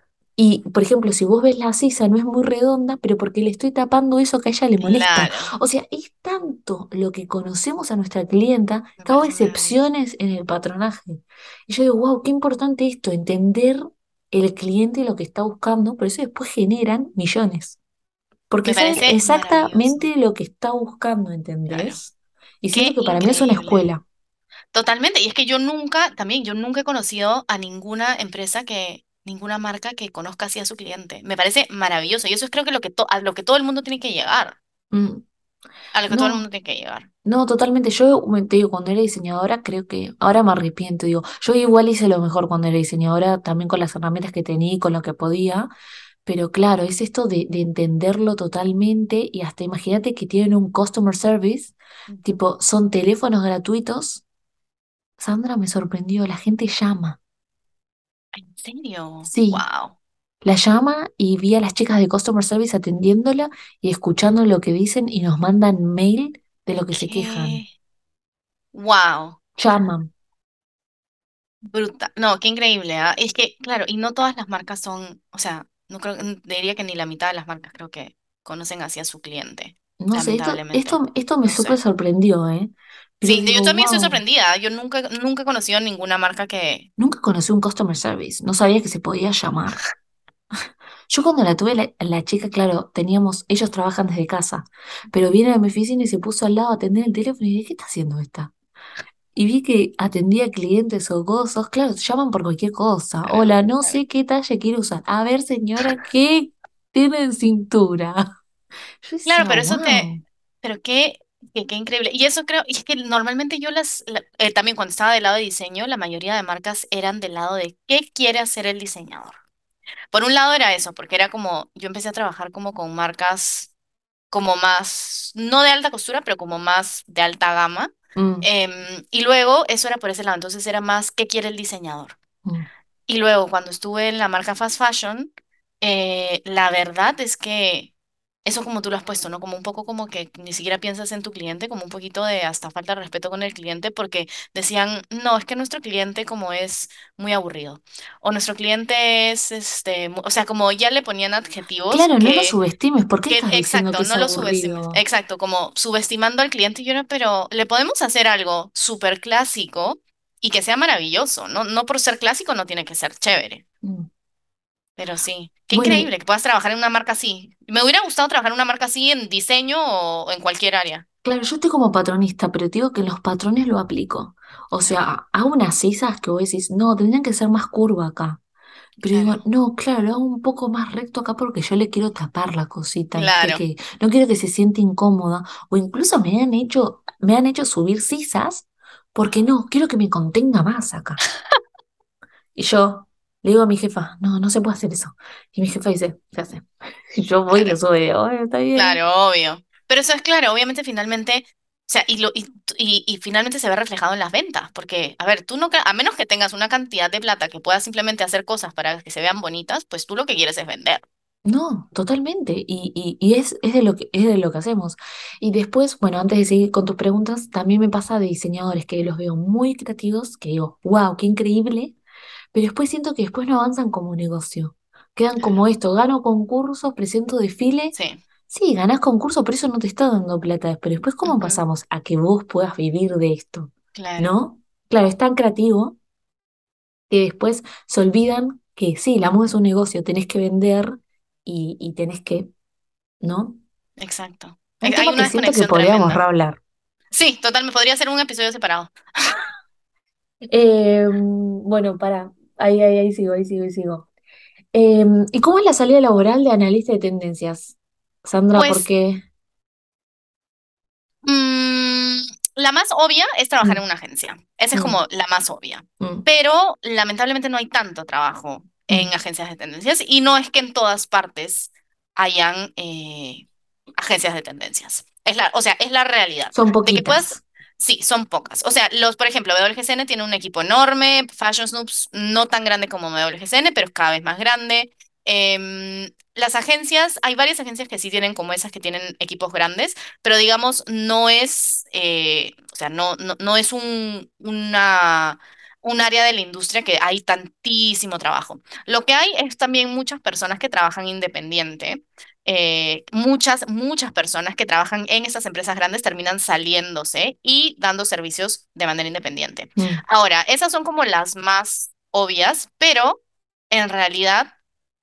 y, por ejemplo, si vos ves la sisa, no es muy redonda, pero porque le estoy tapando eso que a ella le molesta. claro. O sea, es tanto lo que conocemos a nuestra clienta Me que hago parece maravilloso. excepciones en el patronaje. Y yo digo, wow, qué importante esto, entender el cliente y lo que está buscando, por eso después generan millones. Porque Me saben parece maravilloso. exactamente lo que está buscando, Claro. ¿entendés? Y siento Qué que para mí es una increíble. escuela. Totalmente. Y es que yo nunca, también, yo nunca he conocido a ninguna empresa ninguna marca que conozca así a su cliente. Me parece maravilloso. Y eso es creo que a lo que todo el mundo tiene que llegar. Mm, A lo que todo el no. mundo tiene que llegar. No, totalmente. Yo te digo, cuando era diseñadora, creo que ahora me arrepiento. Digo, yo igual hice lo mejor cuando era diseñadora, también con las herramientas que tenía y con lo que podía. Pero claro, es esto de entenderlo totalmente y hasta imagínate que tienen un customer service, Ujú. tipo, son teléfonos gratuitos. Sandra me sorprendió, la gente llama. ¿En serio? Sí, Wow. la llama y vi a las chicas de customer service atendiéndola y escuchando lo que dicen y nos mandan mail de lo que se quejan. Qué, wow. Llaman. Bruta. No, qué increíble, ¿ah? Es que, claro, y no todas las marcas son, o sea, no creo, diría que ni la mitad de las marcas creo que conocen así a su cliente, No sé, lamentablemente. esto me No súper sé. sorprendió, ¿eh? Pero Sí, yo digo, también estoy wow, sorprendida. Yo nunca he conocido ninguna marca que... nunca conocí un customer service, no sabía que se podía llamar. Yo cuando la tuve, la chica, claro, ellos trabajan desde casa, pero viene a mi oficina y se puso al lado a atender el teléfono y dije, ¿qué está haciendo esta? Y vi que atendía clientes o cosas, claro, llaman por cualquier cosa. Claro, Hola, no claro. sé qué talla quiere usar. A ver, señora, ¿qué tiene en cintura? Yo Claro, decía, pero eso wow. pero qué increíble. Y eso creo, y es que normalmente yo también cuando estaba del lado de diseño, la mayoría de marcas eran del lado de qué quiere hacer el diseñador. Por un lado era eso, porque era como, yo empecé a trabajar como con marcas como más, no de alta costura, pero como más de alta gama. Mm, Em, y luego eso era por ese lado, entonces era más qué quiere el diseñador. mm. Y luego cuando estuve en la marca Fast Fashion, la verdad es que eso como tú lo has puesto, ¿no? Como un poco como que ni siquiera piensas en tu cliente, como un poquito de hasta falta de respeto con el cliente, porque decían, no, es que nuestro cliente como es muy aburrido, o nuestro cliente es, o sea, como ya le ponían adjetivos Claro, no lo subestimes. ¿Por qué estás diciendo que exacto, es no lo subestimes, aburrido? exacto, como subestimando al cliente y yo no, pero le podemos hacer algo súper clásico y que sea maravilloso, ¿no? No por ser clásico no tiene que ser chévere, Mm. pero sí, qué Bueno, increíble que puedas trabajar en una marca así. Me hubiera gustado trabajar en una marca así en diseño o en cualquier área. claro, yo estoy como patronista, pero te digo que en los patrones lo aplico. O Ajá, sea, hago unas cisas que vos decís, no, tendrían que ser más curva acá. Pero digo, claro, no, claro, lo hago un poco más recto acá porque yo le quiero tapar la cosita, ¿viste? claro. Que no quiero que se siente incómoda. O incluso me han hecho subir sisas porque no, quiero que me contenga más acá. Y yo le digo a mi jefa, no, no se puede hacer eso. Y mi jefa dice, se hace. Y yo voy y lo Claro. subo y digo, "Bueno, está bien". Claro, obvio. Pero eso es claro, obviamente finalmente, o sea, y finalmente se ve reflejado en las ventas, porque, a ver, tú no, a menos que tengas una cantidad de plata que puedas simplemente hacer cosas para que se vean bonitas, pues tú lo que quieres es vender. No, totalmente. Y es de lo que hacemos. Y después, bueno, antes de seguir con tus preguntas, también me pasa de diseñadores que los veo muy creativos, que digo, wow, qué increíble, pero después siento que después no avanzan como negocio. Quedan como Claro. esto, gano concursos, presento desfile. Sí. Sí, ganás concurso, pero eso no te está dando plata. Pero después, ¿cómo Ujú, pasamos a que vos puedas vivir de esto? claro, ¿No? Claro, es tan creativo que después se olvidan que sí, la moda es un negocio, tenés que vender y tenés que, ¿no? exacto. Un Hay tema una que siento que desconexión podríamos tremenda. rehablar. Sí, total, me podría ser un episodio separado. Bueno, ahí sigo, ahí sigo, ahí sigo. ¿Y cómo es la salida laboral de analista de tendencias, Sandra? Pues Porque... Mm, la más obvia es trabajar en Mm, una agencia. Esa es mm, como la más obvia. mm, Pero lamentablemente no hay tanto trabajo mm. en agencias de tendencias y no es que en todas partes hayan agencias de tendencias. O sea, es la realidad. Son De que poquitas. puedas, sí, son pocas. O sea, por ejemplo, WGCN tiene un equipo enorme, Fashion Snoops no tan grande como WGCN, pero es cada vez más grande. Las agencias, hay varias agencias que sí tienen como esas que tienen equipos grandes, pero digamos, no es, o sea, no es un área de la industria que hay tantísimo trabajo. Lo que hay es también muchas personas que trabajan independiente. Muchas personas que trabajan en esas empresas grandes terminan saliéndose y dando servicios de manera independiente. Mm, Ahora, esas son como las más obvias, pero en realidad,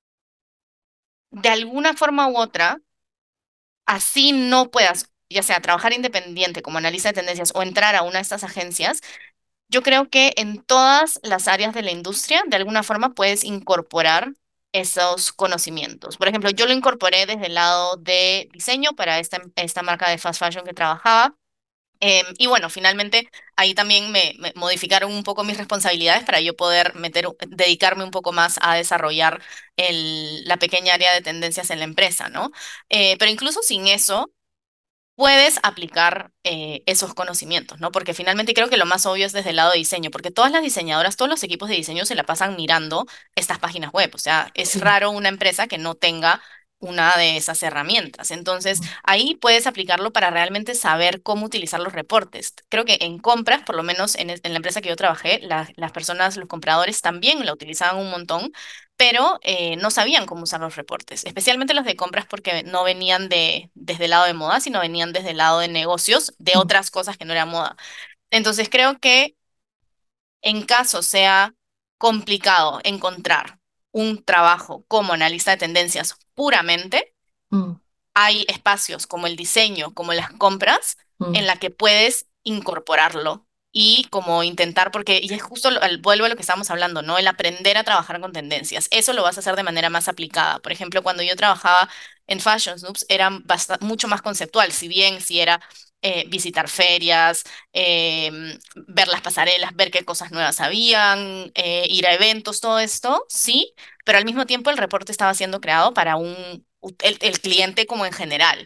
de alguna forma u otra, así no puedas, ya sea trabajar independiente como analista de tendencias o entrar a una de estas agencias, yo creo que en todas las áreas de la industria, de alguna forma puedes incorporar esos conocimientos. Por ejemplo, yo lo incorporé desde el lado de diseño para esta marca de fast fashion que trabajaba. Y bueno, finalmente ahí también me modificaron un poco mis responsabilidades para yo poder dedicarme un poco más a desarrollar la pequeña área de tendencias en la empresa, ¿no? Pero incluso sin eso, puedes aplicar esos conocimientos, ¿no? Porque finalmente creo que lo más obvio es desde el lado de diseño, porque todas las diseñadoras, todos los equipos de diseño se la pasan mirando estas páginas web. O sea, es sí. raro una empresa que no tenga una de esas herramientas. Entonces, Mm, ahí puedes aplicarlo para realmente saber cómo utilizar los reportes. Creo que en compras, por lo menos en la empresa que yo trabajé, las personas, los compradores también la utilizaban un montón, pero no sabían cómo usar los reportes, especialmente los de compras porque no venían desde el lado de moda, sino venían desde el lado de negocios, de mm, otras cosas que no era moda. Entonces creo que en caso sea complicado encontrar un trabajo como analista de tendencias puramente, mm, hay espacios como el diseño, como las compras, en mm, la que puedes incorporarlo y como intentar, porque, y es justo, vuelvo a lo que estábamos hablando, ¿no? El aprender a trabajar con tendencias. Eso lo vas a hacer de manera más aplicada. Por ejemplo, cuando yo trabajaba en Fashion Snoops, era mucho más conceptual, si bien si era visitar ferias, ver las pasarelas, ver qué cosas nuevas habían, ir a eventos, todo esto, sí, pero al mismo tiempo el reporte estaba siendo creado para el cliente como en general.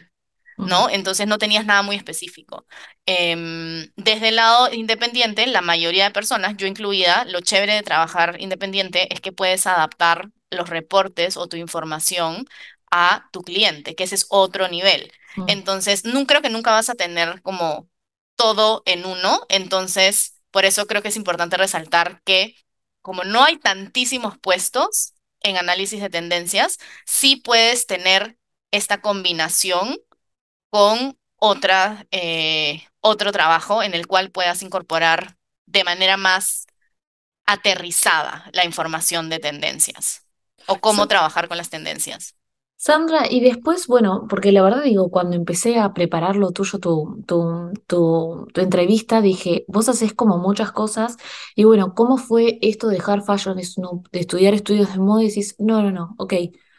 Mm, ¿no? Entonces no tenías nada muy específico. Desde el lado independiente, la mayoría de personas, yo incluida, lo chévere de trabajar independiente es que puedes adaptar los reportes o tu información a tu cliente, que ese es otro nivel. mm. Entonces, creo que nunca vas a tener como todo en uno, entonces, por eso creo que es importante resaltar que como no hay tantísimos puestos en análisis de tendencias, sí puedes tener esta combinación con otro trabajo en el cual puedas incorporar de manera más aterrizada la información de tendencias o cómo Sa- trabajar con las tendencias. Sandra, y después, bueno, porque la verdad digo, cuando empecé a preparar lo tuyo, tu entrevista, dije, vos haces como muchas cosas, y bueno, ¿cómo fue esto de dejar Fashion Snoop, de estudiar estudios de moda y decís, no, no, no, ok,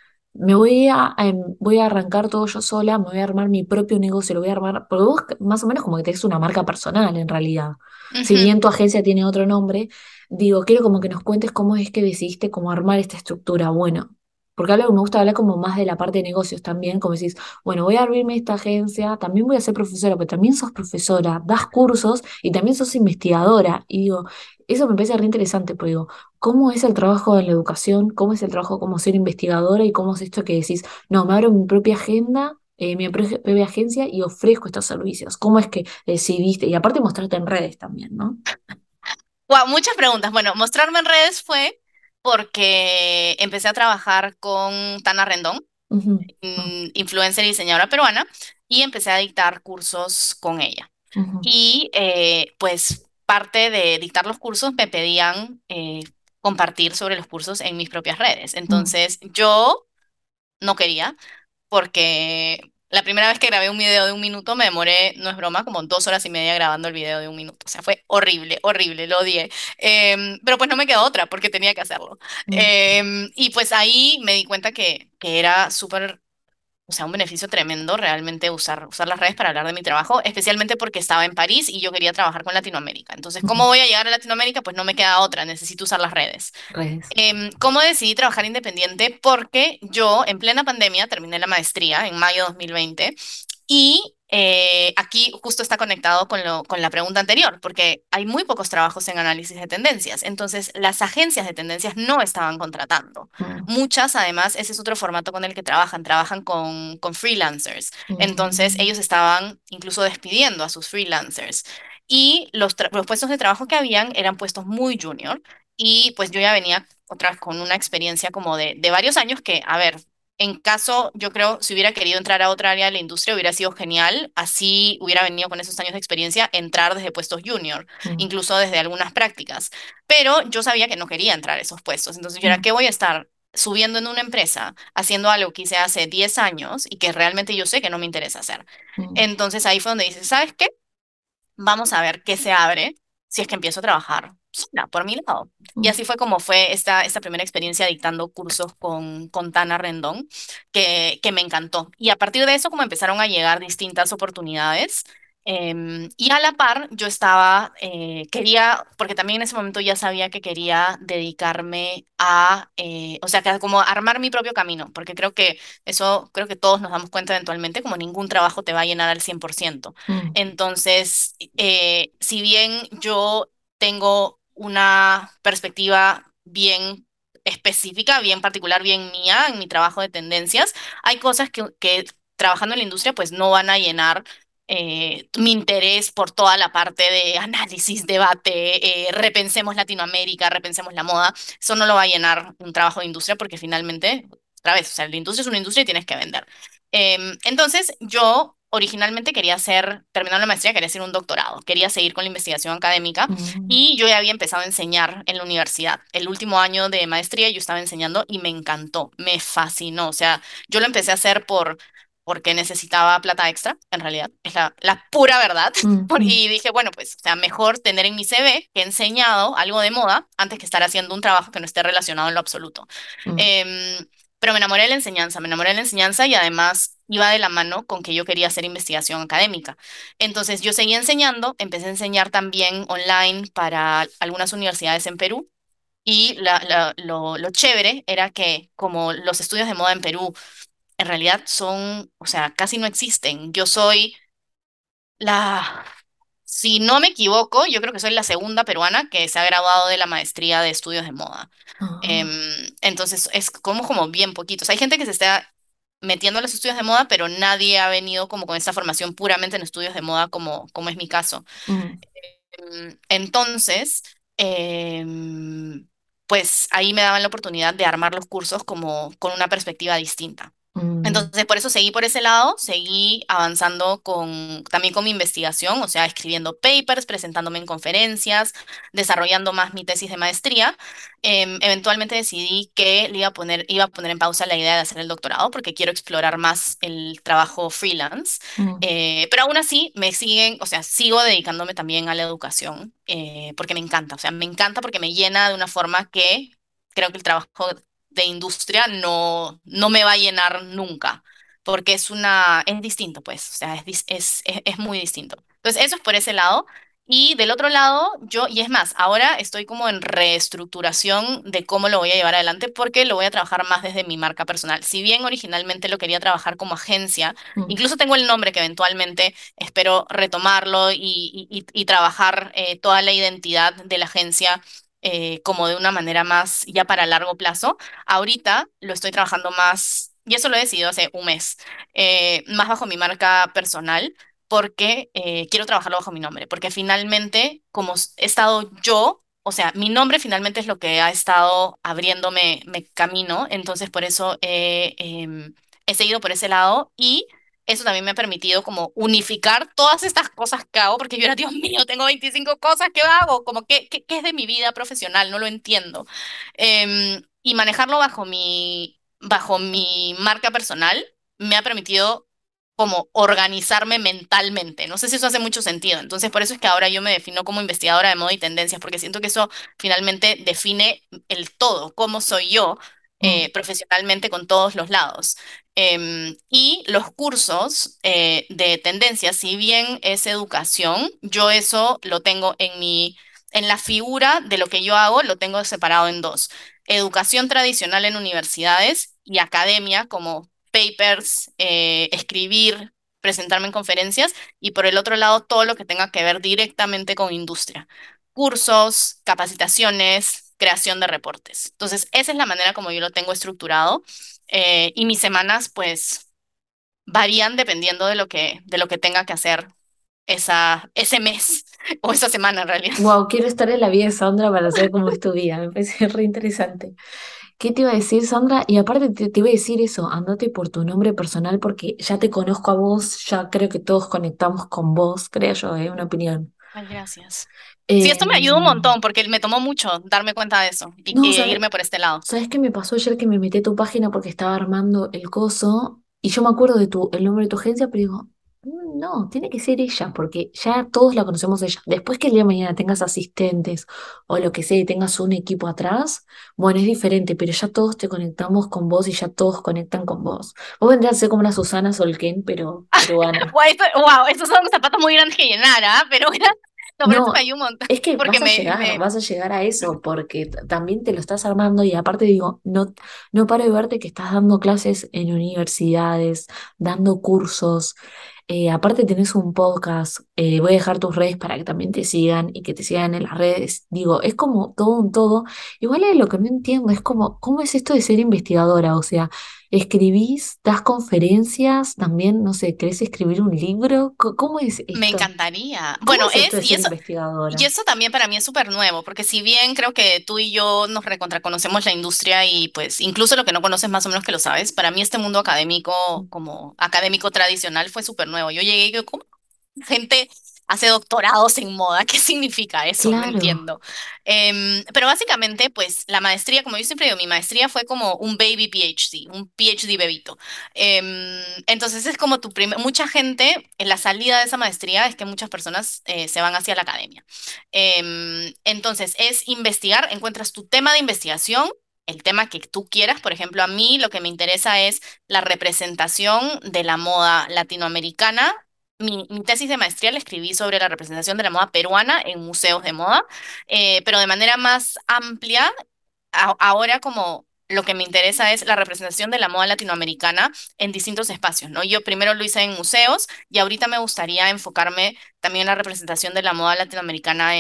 voy a arrancar todo yo sola, me voy a armar mi propio negocio, lo voy a armar, porque vos más o menos como que tenés una marca personal en realidad. Si Ujú. bien tu agencia tiene otro nombre, digo, quiero como que nos cuentes cómo es que decidiste cómo armar esta estructura. Bueno, porque algo que me gusta hablar como más de la parte de negocios también, como decís, bueno, voy a abrirme esta agencia, también voy a ser profesora, pero también sos profesora, das cursos y también sos investigadora. Y digo, eso me parece re interesante, porque digo, ¿cómo es el trabajo en la educación? ¿Cómo es el trabajo como ser investigadora? ¿Y cómo es esto que decís, no, me abro mi propia agenda, propia agencia y ofrezco estos servicios? ¿Cómo es que decidiste? Y aparte mostrarte en redes también, ¿no? Guau, muchas preguntas. Bueno, mostrarme en redes fue porque empecé a trabajar con Tana Rendón, Ujú, ah, influencer y diseñadora peruana, y empecé a dictar cursos con ella. ujú, Y pues parte de dictar los cursos me pedían compartir sobre los cursos en mis propias redes. mm, Entonces yo no quería porque la primera vez que grabé un video de un minuto me demoré, no es broma, como 2 horas y media grabando el video de un minuto. O sea, fue horrible, horrible, lo odié. Pero pues no me quedó otra porque tenía que hacerlo. mm, Y pues ahí me di cuenta que era súper, o sea, un beneficio tremendo realmente usar las redes para hablar de mi trabajo, especialmente porque estaba en París y yo quería trabajar con Latinoamérica. Entonces, ¿cómo mm. voy a llegar a Latinoamérica? Pues no me queda otra, necesito usar las redes. Redes. ¿Cómo decidí trabajar independiente? Porque yo en plena pandemia terminé la maestría en mayo de 2020 y aquí justo está conectado con la pregunta anterior, porque hay muy pocos trabajos en análisis de tendencias. Entonces, las agencias de tendencias no estaban contratando. Mm, Muchas, además, ese es otro formato con el que trabajan con freelancers. Entonces, mm, ellos estaban incluso despidiendo a sus freelancers. Y los puestos de trabajo que habían eran puestos muy junior. Y pues yo ya venía otra vez con una experiencia como de varios años que, a ver, en caso, yo creo, si hubiera querido entrar a otra área de la industria, hubiera sido genial. Así hubiera venido con esos años de experiencia, entrar desde puestos junior, mm, incluso desde algunas prácticas. Pero yo sabía que no quería entrar a esos puestos. Entonces yo era, mm, ¿qué voy a estar subiendo en una empresa, haciendo algo que hice hace 10 años y que realmente yo sé que no me interesa hacer? mm, Entonces ahí fue donde dices, ¿sabes qué? Vamos a ver qué se abre si es que empiezo a trabajar sola, por mi lado. Y mm, así fue como fue esta primera experiencia dictando cursos con Tana Rendón, que me encantó. Y a partir de eso, como empezaron a llegar distintas oportunidades, y a la par yo estaba, quería, porque también en ese momento ya sabía que quería dedicarme a, o sea, que como armar mi propio camino, porque creo que eso, creo que todos nos damos cuenta eventualmente, como ningún trabajo te va a llenar al 100%. mm, Entonces, si bien yo tengo una perspectiva bien específica, bien particular, bien mía en mi trabajo de tendencias, hay cosas que trabajando en la industria pues no van a llenar mi interés por toda la parte de análisis, debate, repensemos Latinoamérica, repensemos la moda. Eso no lo va a llenar un trabajo de industria porque finalmente, otra vez, o sea, la industria es una industria y tienes que vender. Entonces, yo originalmente quería hacer, terminando la maestría, quería hacer un doctorado, quería seguir con la investigación académica mm, y yo ya había empezado a enseñar en la universidad. El último año de maestría yo estaba enseñando y me encantó, me fascinó. O sea, yo lo empecé a hacer porque necesitaba plata extra, en realidad, es la pura verdad. mm, mm, Y dije, bueno, pues, o sea, mejor tener en mi CV que he enseñado algo de moda antes que estar haciendo un trabajo que no esté relacionado en lo absoluto. mm, Em, pero me enamoré de la enseñanza, me enamoré de la enseñanza y además iba de la mano con que yo quería hacer investigación académica. Entonces yo seguí enseñando, empecé a enseñar también online para algunas universidades en Perú y lo chévere era que como los estudios de moda en Perú en realidad son, o sea, casi no existen. Yo soy la, si no me equivoco, yo creo que soy la segunda peruana que se ha graduado de la maestría de estudios de moda. Ah, Entonces es como bien poquitos. Hay gente que se está metiendo a los estudios de moda, pero nadie ha venido como con esta formación puramente en estudios de moda como es mi caso. mm, Entonces, em, pues ahí me daban la oportunidad de armar los cursos como con una perspectiva distinta. mm, Entonces, por eso seguí por ese lado, seguí avanzando también con mi investigación, o sea, escribiendo papers, presentándome en conferencias, desarrollando más mi tesis de maestría. Eventualmente decidí que iba a poner en pausa la idea de hacer el doctorado porque quiero explorar más el trabajo freelance. mm, Pero aún así me siguen, o sea, sigo dedicándome también a la educación porque me encanta, o sea, me encanta porque me llena de una forma que creo que el trabajo de industria no me va a llenar nunca, porque es distinto, pues, o sea, es muy distinto. Entonces, eso es por ese lado. Y del otro lado, y es más, ahora estoy como en reestructuración de cómo lo voy a llevar adelante porque lo voy a trabajar más desde mi marca personal. Si bien originalmente lo quería trabajar como agencia, mm, incluso tengo el nombre que eventualmente espero retomarlo y trabajar toda la identidad de la agencia como de una manera más ya para largo plazo. Ahorita lo estoy trabajando más, y eso lo he decidido hace un mes, más bajo mi marca personal, porque quiero trabajarlo bajo mi nombre, porque finalmente, como he estado yo, o sea, mi nombre finalmente es lo que ha estado abriéndome me camino, entonces por eso he seguido por ese lado y eso también me ha permitido como unificar todas estas cosas que hago, porque yo era, Dios mío, tengo 25 cosas que hago, como qué es de mi vida profesional, no lo entiendo. Y manejarlo bajo mi marca personal me ha permitido como organizarme mentalmente. No sé si eso hace mucho sentido. Entonces, por eso es que ahora yo me defino como investigadora de moda y tendencias, porque siento que eso finalmente define el todo, cómo soy yo mm, profesionalmente con todos los lados. Y los cursos de tendencias, si bien es educación, yo eso lo tengo en la figura de lo que yo hago, lo tengo separado en dos. Educación tradicional en universidades y academia, como papers, escribir, presentarme en conferencias, y por el otro lado, todo lo que tenga que ver directamente con industria. Cursos, capacitaciones, creación de reportes. Entonces, esa es la manera como yo lo tengo estructurado. Y mis semanas, pues, varían dependiendo de lo que tenga que hacer ese mes o esa semana en realidad. wow, quiero estar en la vida de Sandra para saber cómo es tu vida. Me parece re interesante. ¿Qué te iba a decir, Sandra? Y aparte te iba a decir eso, andate por tu nombre personal porque ya te conozco a vos, ya creo que todos conectamos con vos, creo yo, una opinión. Ay, gracias. Sí, esto me ayuda un Em, montón porque me tomó mucho darme cuenta de eso no, y irme por este lado. ¿sabes qué me pasó ayer que me metí a tu página porque estaba armando el coso y yo me acuerdo de el nombre de tu agencia, pero digo, no, tiene que ser ella porque ya todos la conocemos ella. Después que el día de mañana tengas asistentes o lo que sea y tengas un equipo atrás, bueno, es diferente, pero ya todos te conectamos con vos y ya todos conectan con vos. Vos vendrías a ser como una Susana Solken, pero peruana. Wow, estos son zapatos muy grandes que llenar, ¿ah? Pero gracias. No, pero esto me No, ayuda un montón es que porque vas a llegar a eso, porque también te lo estás armando y aparte digo, no, no paro de verte que estás dando clases en universidades, dando cursos, aparte tenés un podcast, voy a dejar tus redes para que también te sigan y que te sigan en las redes, digo, es como todo un todo, igual es lo que no entiendo, es como, ¿cómo es esto de ser investigadora? O sea, ¿escribís, das conferencias, también, no sé, querés escribir un libro? ¿Cómo es me esto? encantaría. ¿Cómo Bueno, es esto de ser investigadora? y eso también para mí es súper nuevo, porque si bien creo que tú y yo nos recontraconocemos la industria y pues incluso lo que no conoces más o menos que lo sabes, para mí este mundo académico, como académico tradicional, fue súper nuevo. Yo llegué y yo, ¿cómo gente hace doctorados en moda? ¿Qué significa eso? No Claro. entiendo. Pero básicamente, pues la maestría, como yo siempre digo, mi maestría fue como un baby PhD, un PhD bebito. Entonces es como mucha gente, en la salida de esa maestría es que muchas personas se van hacia la academia. Entonces es investigar, encuentras tu tema de investigación. El tema que tú quieras, por ejemplo, a mí lo que me interesa es la representación de la moda latinoamericana. Mi tesis de maestría la escribí sobre la representación de la moda peruana en museos de moda, pero de manera más amplia, ahora como lo que me interesa es la representación de la moda latinoamericana en distintos espacios, ¿no? Yo primero lo hice en museos y ahorita me gustaría enfocarme también en la representación de la moda latinoamericana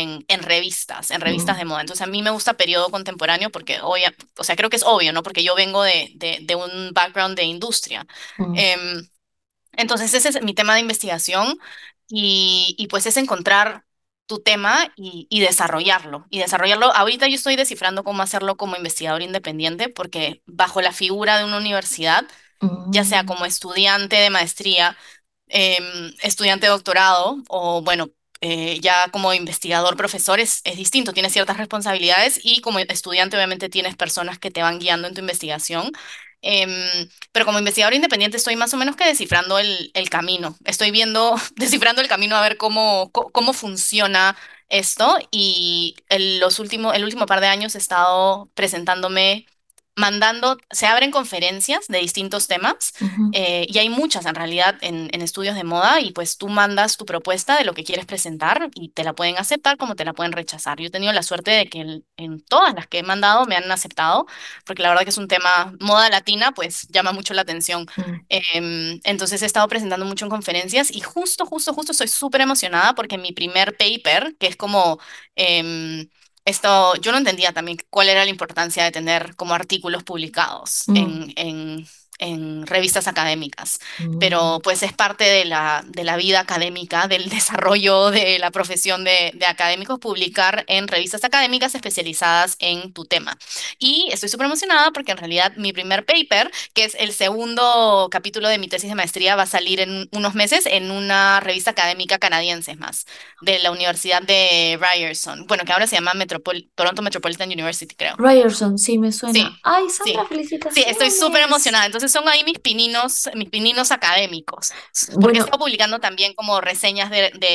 en revistas Mm, de moda. Entonces a mí me gusta periodo contemporáneo porque, o sea, creo que es obvio, ¿no? Porque yo vengo de un background de industria. mm, Em, entonces ese es mi tema de investigación y pues es encontrar tu tema y desarrollarlo. Y desarrollarlo. Ahorita yo estoy descifrando cómo hacerlo como investigador independiente porque bajo la figura de una universidad, ya sea mm, como estudiante de maestría, estudiante de doctorado o bueno, ya como investigador, profesor es distinto, tienes ciertas responsabilidades y como estudiante obviamente tienes personas que te van guiando en tu investigación. Pero como investigador independiente estoy más o menos que descifrando el camino. Estoy viendo, descifrando el camino a ver cómo funciona esto y el último par de años he estado presentándome, mandando, se abren conferencias de distintos temas ujú, y hay muchas en realidad en estudios de moda y pues tú mandas tu propuesta de lo que quieres presentar y te la pueden aceptar como te la pueden rechazar. Yo he tenido la suerte de que en todas las que he mandado me han aceptado porque la verdad que es un tema, moda latina, pues llama mucho la atención. mm, Entonces he estado presentando mucho en conferencias y justo estoy súper emocionada porque mi primer paper, que es como... em, esto, yo no entendía también cuál era la importancia de tener como artículos publicados mm, en revistas académicas, mm, pero pues es parte de la vida académica, del desarrollo de la profesión de académicos, publicar en revistas académicas especializadas en tu tema. Y estoy súper emocionada porque en realidad mi primer paper, que es el segundo capítulo de mi tesis de maestría, va a salir en unos meses en una revista académica canadiense es más, de la Universidad de Ryerson, bueno, que ahora se llama Toronto Metropolitan University, creo. Ryerson, sí me suena. Sí, Ay, Sandra, sí, sí, estoy súper felicitaciones. emocionada. Entonces son ahí mis pininos académicos, porque he Bueno, estado publicando también como reseñas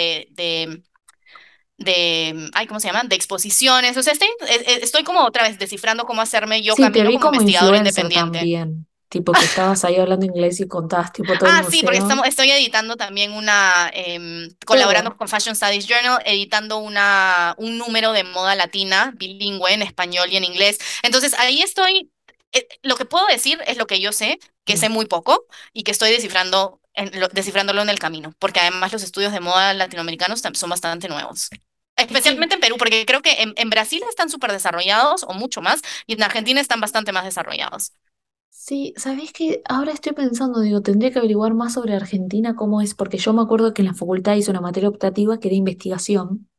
ay, ¿cómo se llaman? De exposiciones. O sea, estoy como otra vez descifrando cómo hacerme yo sí, te camino vi como como investigador influencer independiente. también. Tipo que estabas ahí hablando inglés y contabas tipo todo el Ah, sí, porque museo. estoy editando también colaborando Todo. con Fashion Studies Journal, editando un número de moda latina, bilingüe, en español y en inglés. Entonces, ahí estoy, lo que puedo decir es lo que yo sé, que sé Mm. muy poco y que estoy descifrándolo en el camino, porque además los estudios de moda latinoamericanos son bastante nuevos. Es que Especialmente en Perú, porque creo que en Brasil están súper desarrollados o mucho más, y en Argentina están bastante más desarrollados. sí, ¿sabés qué? Ahora estoy pensando, digo, tendría que averiguar más sobre Argentina, cómo es, porque yo me acuerdo que en la facultad hice una materia optativa que era investigación,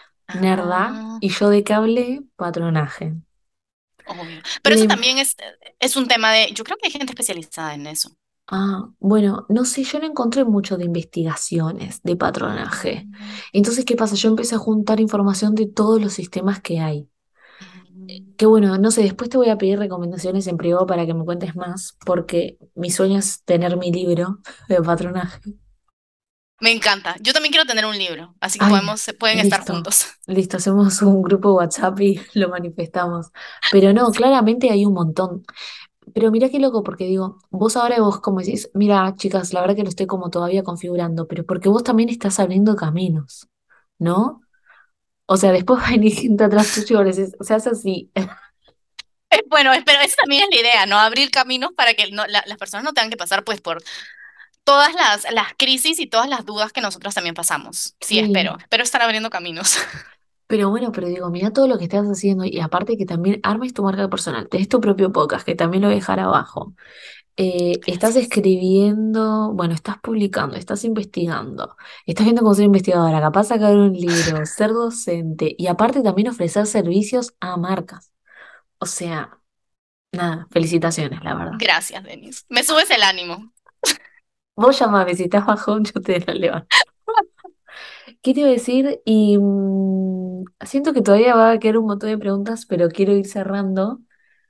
nerda, Ah. y yo de qué hablé, patronaje. Obvio. Pero eso Le- también es un tema de, yo creo que hay gente especializada en eso. bueno, no sé, yo no encontré mucho de investigaciones de patronaje. Mm, Entonces, ¿qué pasa? Yo empecé a juntar información de todos los sistemas que hay. mm. Que bueno, no sé, después te voy a pedir recomendaciones en privado para que me cuentes más, porque mi sueño es tener mi libro de patronaje. Me encanta. Yo también quiero tener un libro, así que Ay, pueden estar listo, juntos. listo, hacemos un grupo de WhatsApp y lo manifestamos. Pero no, claramente hay un montón. Pero mira qué loco, porque digo, vos como decís, mira, chicas, la verdad que lo estoy como todavía configurando, pero porque vos también estás abriendo caminos, ¿no? O sea, después va a venir gente atrás tuyo y vos decís, o sea, es así. Bueno, pero esa también es la idea, ¿no? Abrir caminos para que las personas no tengan que pasar pues por todas las crisis y todas las dudas que nosotros también pasamos. Sí, Sí, espero estar abriendo caminos. pero bueno, pero digo, mira todo lo que estás haciendo y aparte que también armes tu marca personal, tenés tu propio podcast, que también lo voy a dejar abajo. Estás Gracias. escribiendo, bueno, estás publicando, estás investigando, estás viendo cómo ser investigadora, capaz sacar un libro, ser docente y aparte también ofrecer servicios a marcas. O sea, nada, felicitaciones, la verdad. Gracias, Denis. Me subes el ánimo. Vos llamame, si estás bajón, yo te la levanto. ¿Qué te iba a decir? Y siento que todavía va a quedar un montón de preguntas, pero quiero ir cerrando.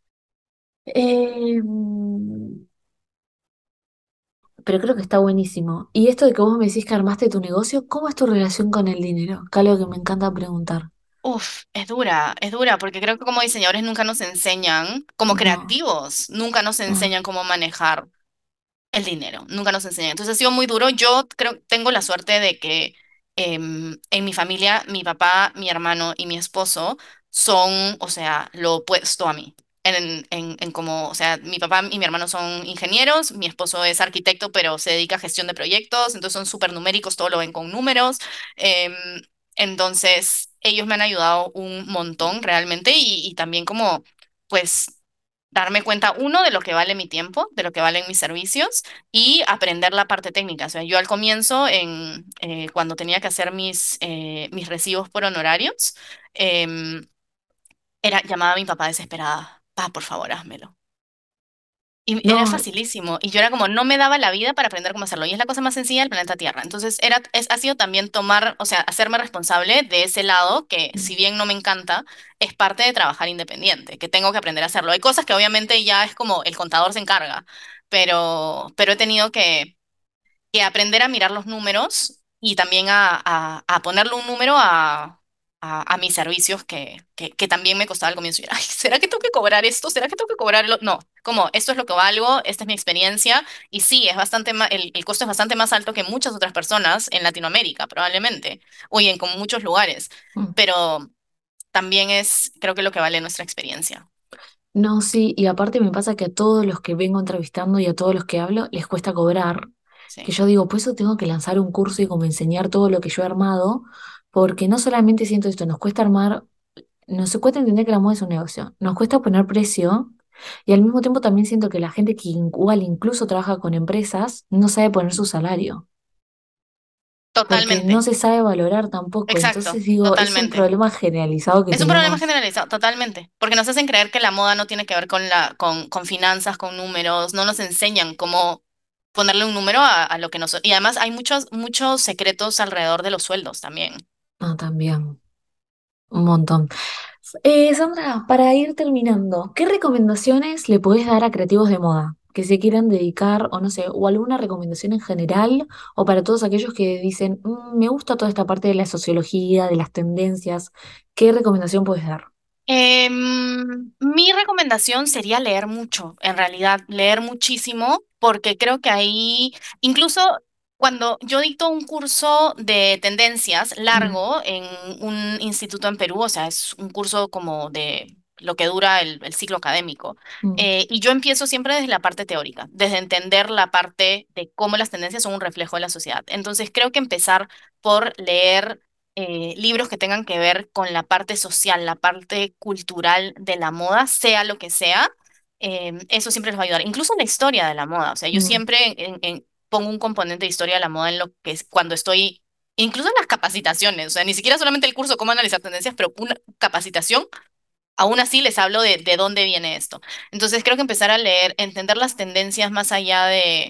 Pero creo que está buenísimo. Y esto de que vos me decís que armaste tu negocio, ¿cómo es tu relación con el dinero? Que algo que me encanta preguntar. Uf, es dura, porque creo que como diseñadores nunca nos enseñan, como No, creativos, nunca nos no. enseñan cómo manejar el dinero, nunca nos enseñan. Entonces ha sido muy duro. Yo creo, tengo la suerte de que en mi familia, mi papá, mi hermano y mi esposo son, o sea, lo opuesto a mí. en como, o sea, mi papá y mi hermano son ingenieros, mi esposo es arquitecto, pero se dedica a gestión de proyectos, entonces son súper numéricos, todo lo ven con números. em, entonces, ellos me han ayudado un montón realmente y también como, pues, darme cuenta, uno, de lo que vale mi tiempo, de lo que valen mis servicios y aprender la parte técnica. O sea, yo al comienzo, cuando tenía que hacer mis recibos por honorarios, em, llamaba a mi papá desesperada, pa, por favor, házmelo. Y era No, facilísimo. Y yo era como, no me daba la vida para aprender cómo hacerlo. Y es la cosa más sencilla del planeta Tierra. Entonces, ha sido también tomar, o sea, hacerme responsable de ese lado que, si bien no me encanta, es parte de trabajar independiente, que tengo que aprender a hacerlo. Hay cosas que obviamente ya es como el contador se encarga, pero he tenido que aprender a mirar los números y también a ponerle un número a mis servicios que también me costaba al comienzo. Y era, "Ay, ¿será que tengo que cobrar esto? ¿Será que tengo que cobrar lo-?" No, como esto es lo que valgo, esta es mi experiencia y sí, es bastante el costo es bastante más alto que muchas otras personas en Latinoamérica, probablemente, o en como muchos lugares, pero también es, creo que lo que vale nuestra experiencia. no, sí, y aparte me pasa que a todos los que vengo entrevistando y a todos los que hablo les cuesta cobrar, que Sí. yo digo, pues eso tengo que lanzar un curso y como enseñar todo lo que yo he armado, porque no solamente siento esto, nos cuesta armar, nos cuesta entender que la moda es un negocio, nos cuesta poner precio y al mismo tiempo también siento que la gente que igual incluso trabaja con empresas no sabe poner su salario, porque no Totalmente, se sabe valorar tampoco, exacto, entonces digo, es un totalmente. problema generalizado que Es un problema tenemos. generalizado, totalmente, porque nos hacen creer que la moda no tiene que ver con finanzas, con números, no nos enseñan cómo ponerle un número a lo que nos... Y además hay muchos secretos alrededor de los sueldos también. Ah, también, un montón. Sandra, para ir terminando, ¿qué recomendaciones le podés dar a creativos de moda que se quieran dedicar, o no sé, o alguna recomendación en general, o para todos aquellos que dicen, "Mm, me gusta toda esta parte de la sociología, de las tendencias"? ¿Qué recomendación puedes dar? Mi recomendación sería leer mucho, en realidad, leer muchísimo, porque creo que ahí, incluso cuando yo dicto un curso de tendencias Mm, largo en un instituto en Perú, o sea, es un curso como de lo que dura el ciclo académico, mm, y yo empiezo siempre desde la parte teórica, desde entender la parte de cómo las tendencias son un reflejo de la sociedad. Entonces, creo que empezar por leer libros que tengan que ver con la parte social, la parte cultural de la moda, sea lo que sea, eso siempre les va a ayudar. Incluso la historia de la moda. O sea, yo mm, siempre pongo un componente de historia de la moda en lo que es cuando estoy, incluso en las capacitaciones. O sea, ni siquiera solamente el curso cómo analizar tendencias, pero una capacitación. Aún así les hablo de dónde viene esto. Entonces creo que empezar a leer, entender las tendencias más allá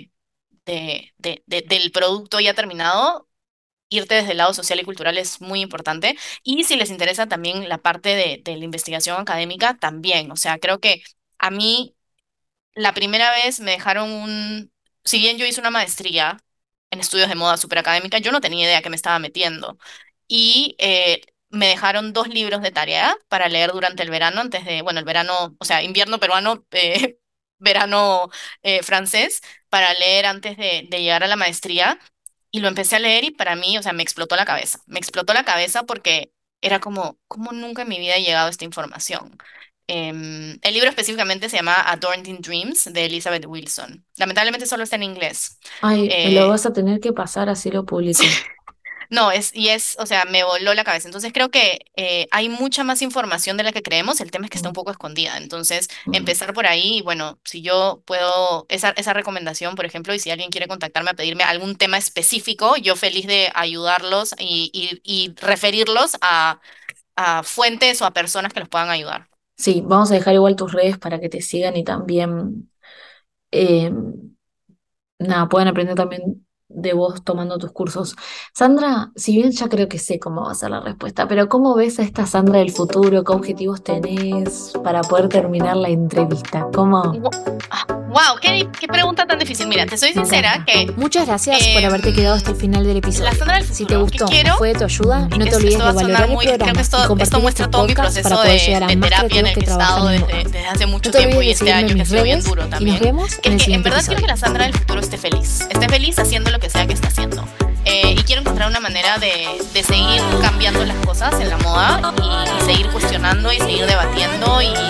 del producto ya terminado, irte desde el lado social y cultural es muy importante. Y si les interesa también la parte de la investigación académica, también. O sea, creo que a mí la primera vez me dejaron si bien yo hice una maestría en estudios de moda super académica, yo no tenía idea que me estaba metiendo. Y me dejaron 2 libros de tarea para leer durante el verano, antes de, bueno, el verano, o sea, invierno peruano, verano francés, para leer antes de llegar a la maestría. Y lo empecé a leer y para mí, o sea, me explotó la cabeza. Me explotó la cabeza porque era como, ¿cómo nunca en mi vida ha llegado esta información? El libro específicamente se llama Adorned in Dreams de Elizabeth Wilson. Lamentablemente solo está en inglés. Ay, me lo Eh, vas a tener que pasar, así lo publico. no, o sea, me voló la cabeza. Entonces creo que hay mucha más información de la que creemos. El tema es que está un Mm, poco escondida. Entonces, mm. empezar por ahí, y bueno, si yo puedo, esa recomendación, por ejemplo, y si alguien quiere contactarme a pedirme algún tema específico, yo feliz de ayudarlos y referirlos a fuentes o a personas que los puedan ayudar. Sí, vamos a dejar igual tus redes para que te sigan y también eh, nada, pueden aprender también de vos tomando tus cursos. Sandra, si bien ya creo que sé cómo va a ser la respuesta, pero ¿cómo ves a esta Sandra del futuro? ¿Qué objetivos tenés para poder terminar la entrevista? ¿Cómo? Wow, qué pregunta tan difícil. Mira, te soy Me sincera encanta. que Muchas gracias por haberte quedado hasta em, el final del la episodio. Sandra del Si te futuro, ¿qué gustó o quiero? fue de tu ayuda, no te Esto olvides va de a sonar valorar el muy, creo que programa y esto compartir este muestra todo mi podcast para proceso poder llegar a de más terapia en creativos el que que he estado trabajan en moda. desde hace No mucho te tiempo olvides y de este seguirme en año que ha mis sido bien redes duro y nos también. vemos en el En siguiente verdad quiero que episodio. la Sandra del futuro esté feliz haciendo lo que sea que esté haciendo. Y quiero encontrar una manera de seguir cambiando las cosas en la moda y seguir cuestionando y seguir debatiendo y seguir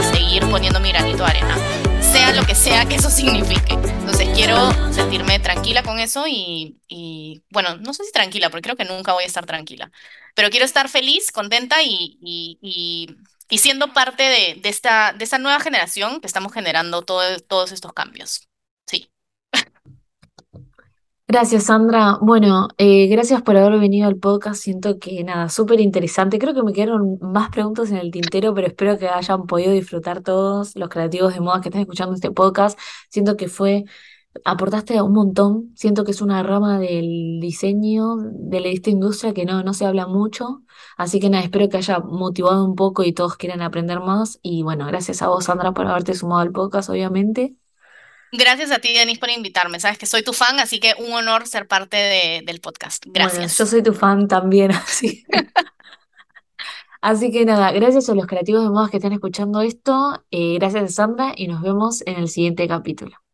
poniendo mi granito de arena, sea lo que sea que eso signifique. Entonces quiero sentirme tranquila con eso y bueno, no sé si tranquila, porque creo que nunca voy a estar tranquila, pero quiero estar feliz, contenta y siendo parte de esta nueva generación que estamos generando todos estos cambios. Sí. Gracias, Sandra. Bueno, gracias por haber venido al podcast. Siento que nada, súper interesante. Creo que me quedaron más preguntas en el tintero, pero espero que hayan podido disfrutar todos los creativos de moda que están escuchando este podcast. Siento que aportaste un montón. Siento que es una rama del diseño, de esta industria que no se habla mucho. Así que nada, espero que haya motivado un poco y todos quieran aprender más. Y bueno, gracias a vos, Sandra, por haberte sumado al podcast, obviamente. Gracias a ti, Denise, por invitarme. Sabes que soy tu fan, así que un honor ser parte del podcast. Bueno, yo Gracias. soy tu fan también, así. Así que nada, gracias a los creativos de modas que están escuchando esto, gracias a Sandra y nos vemos en el siguiente capítulo.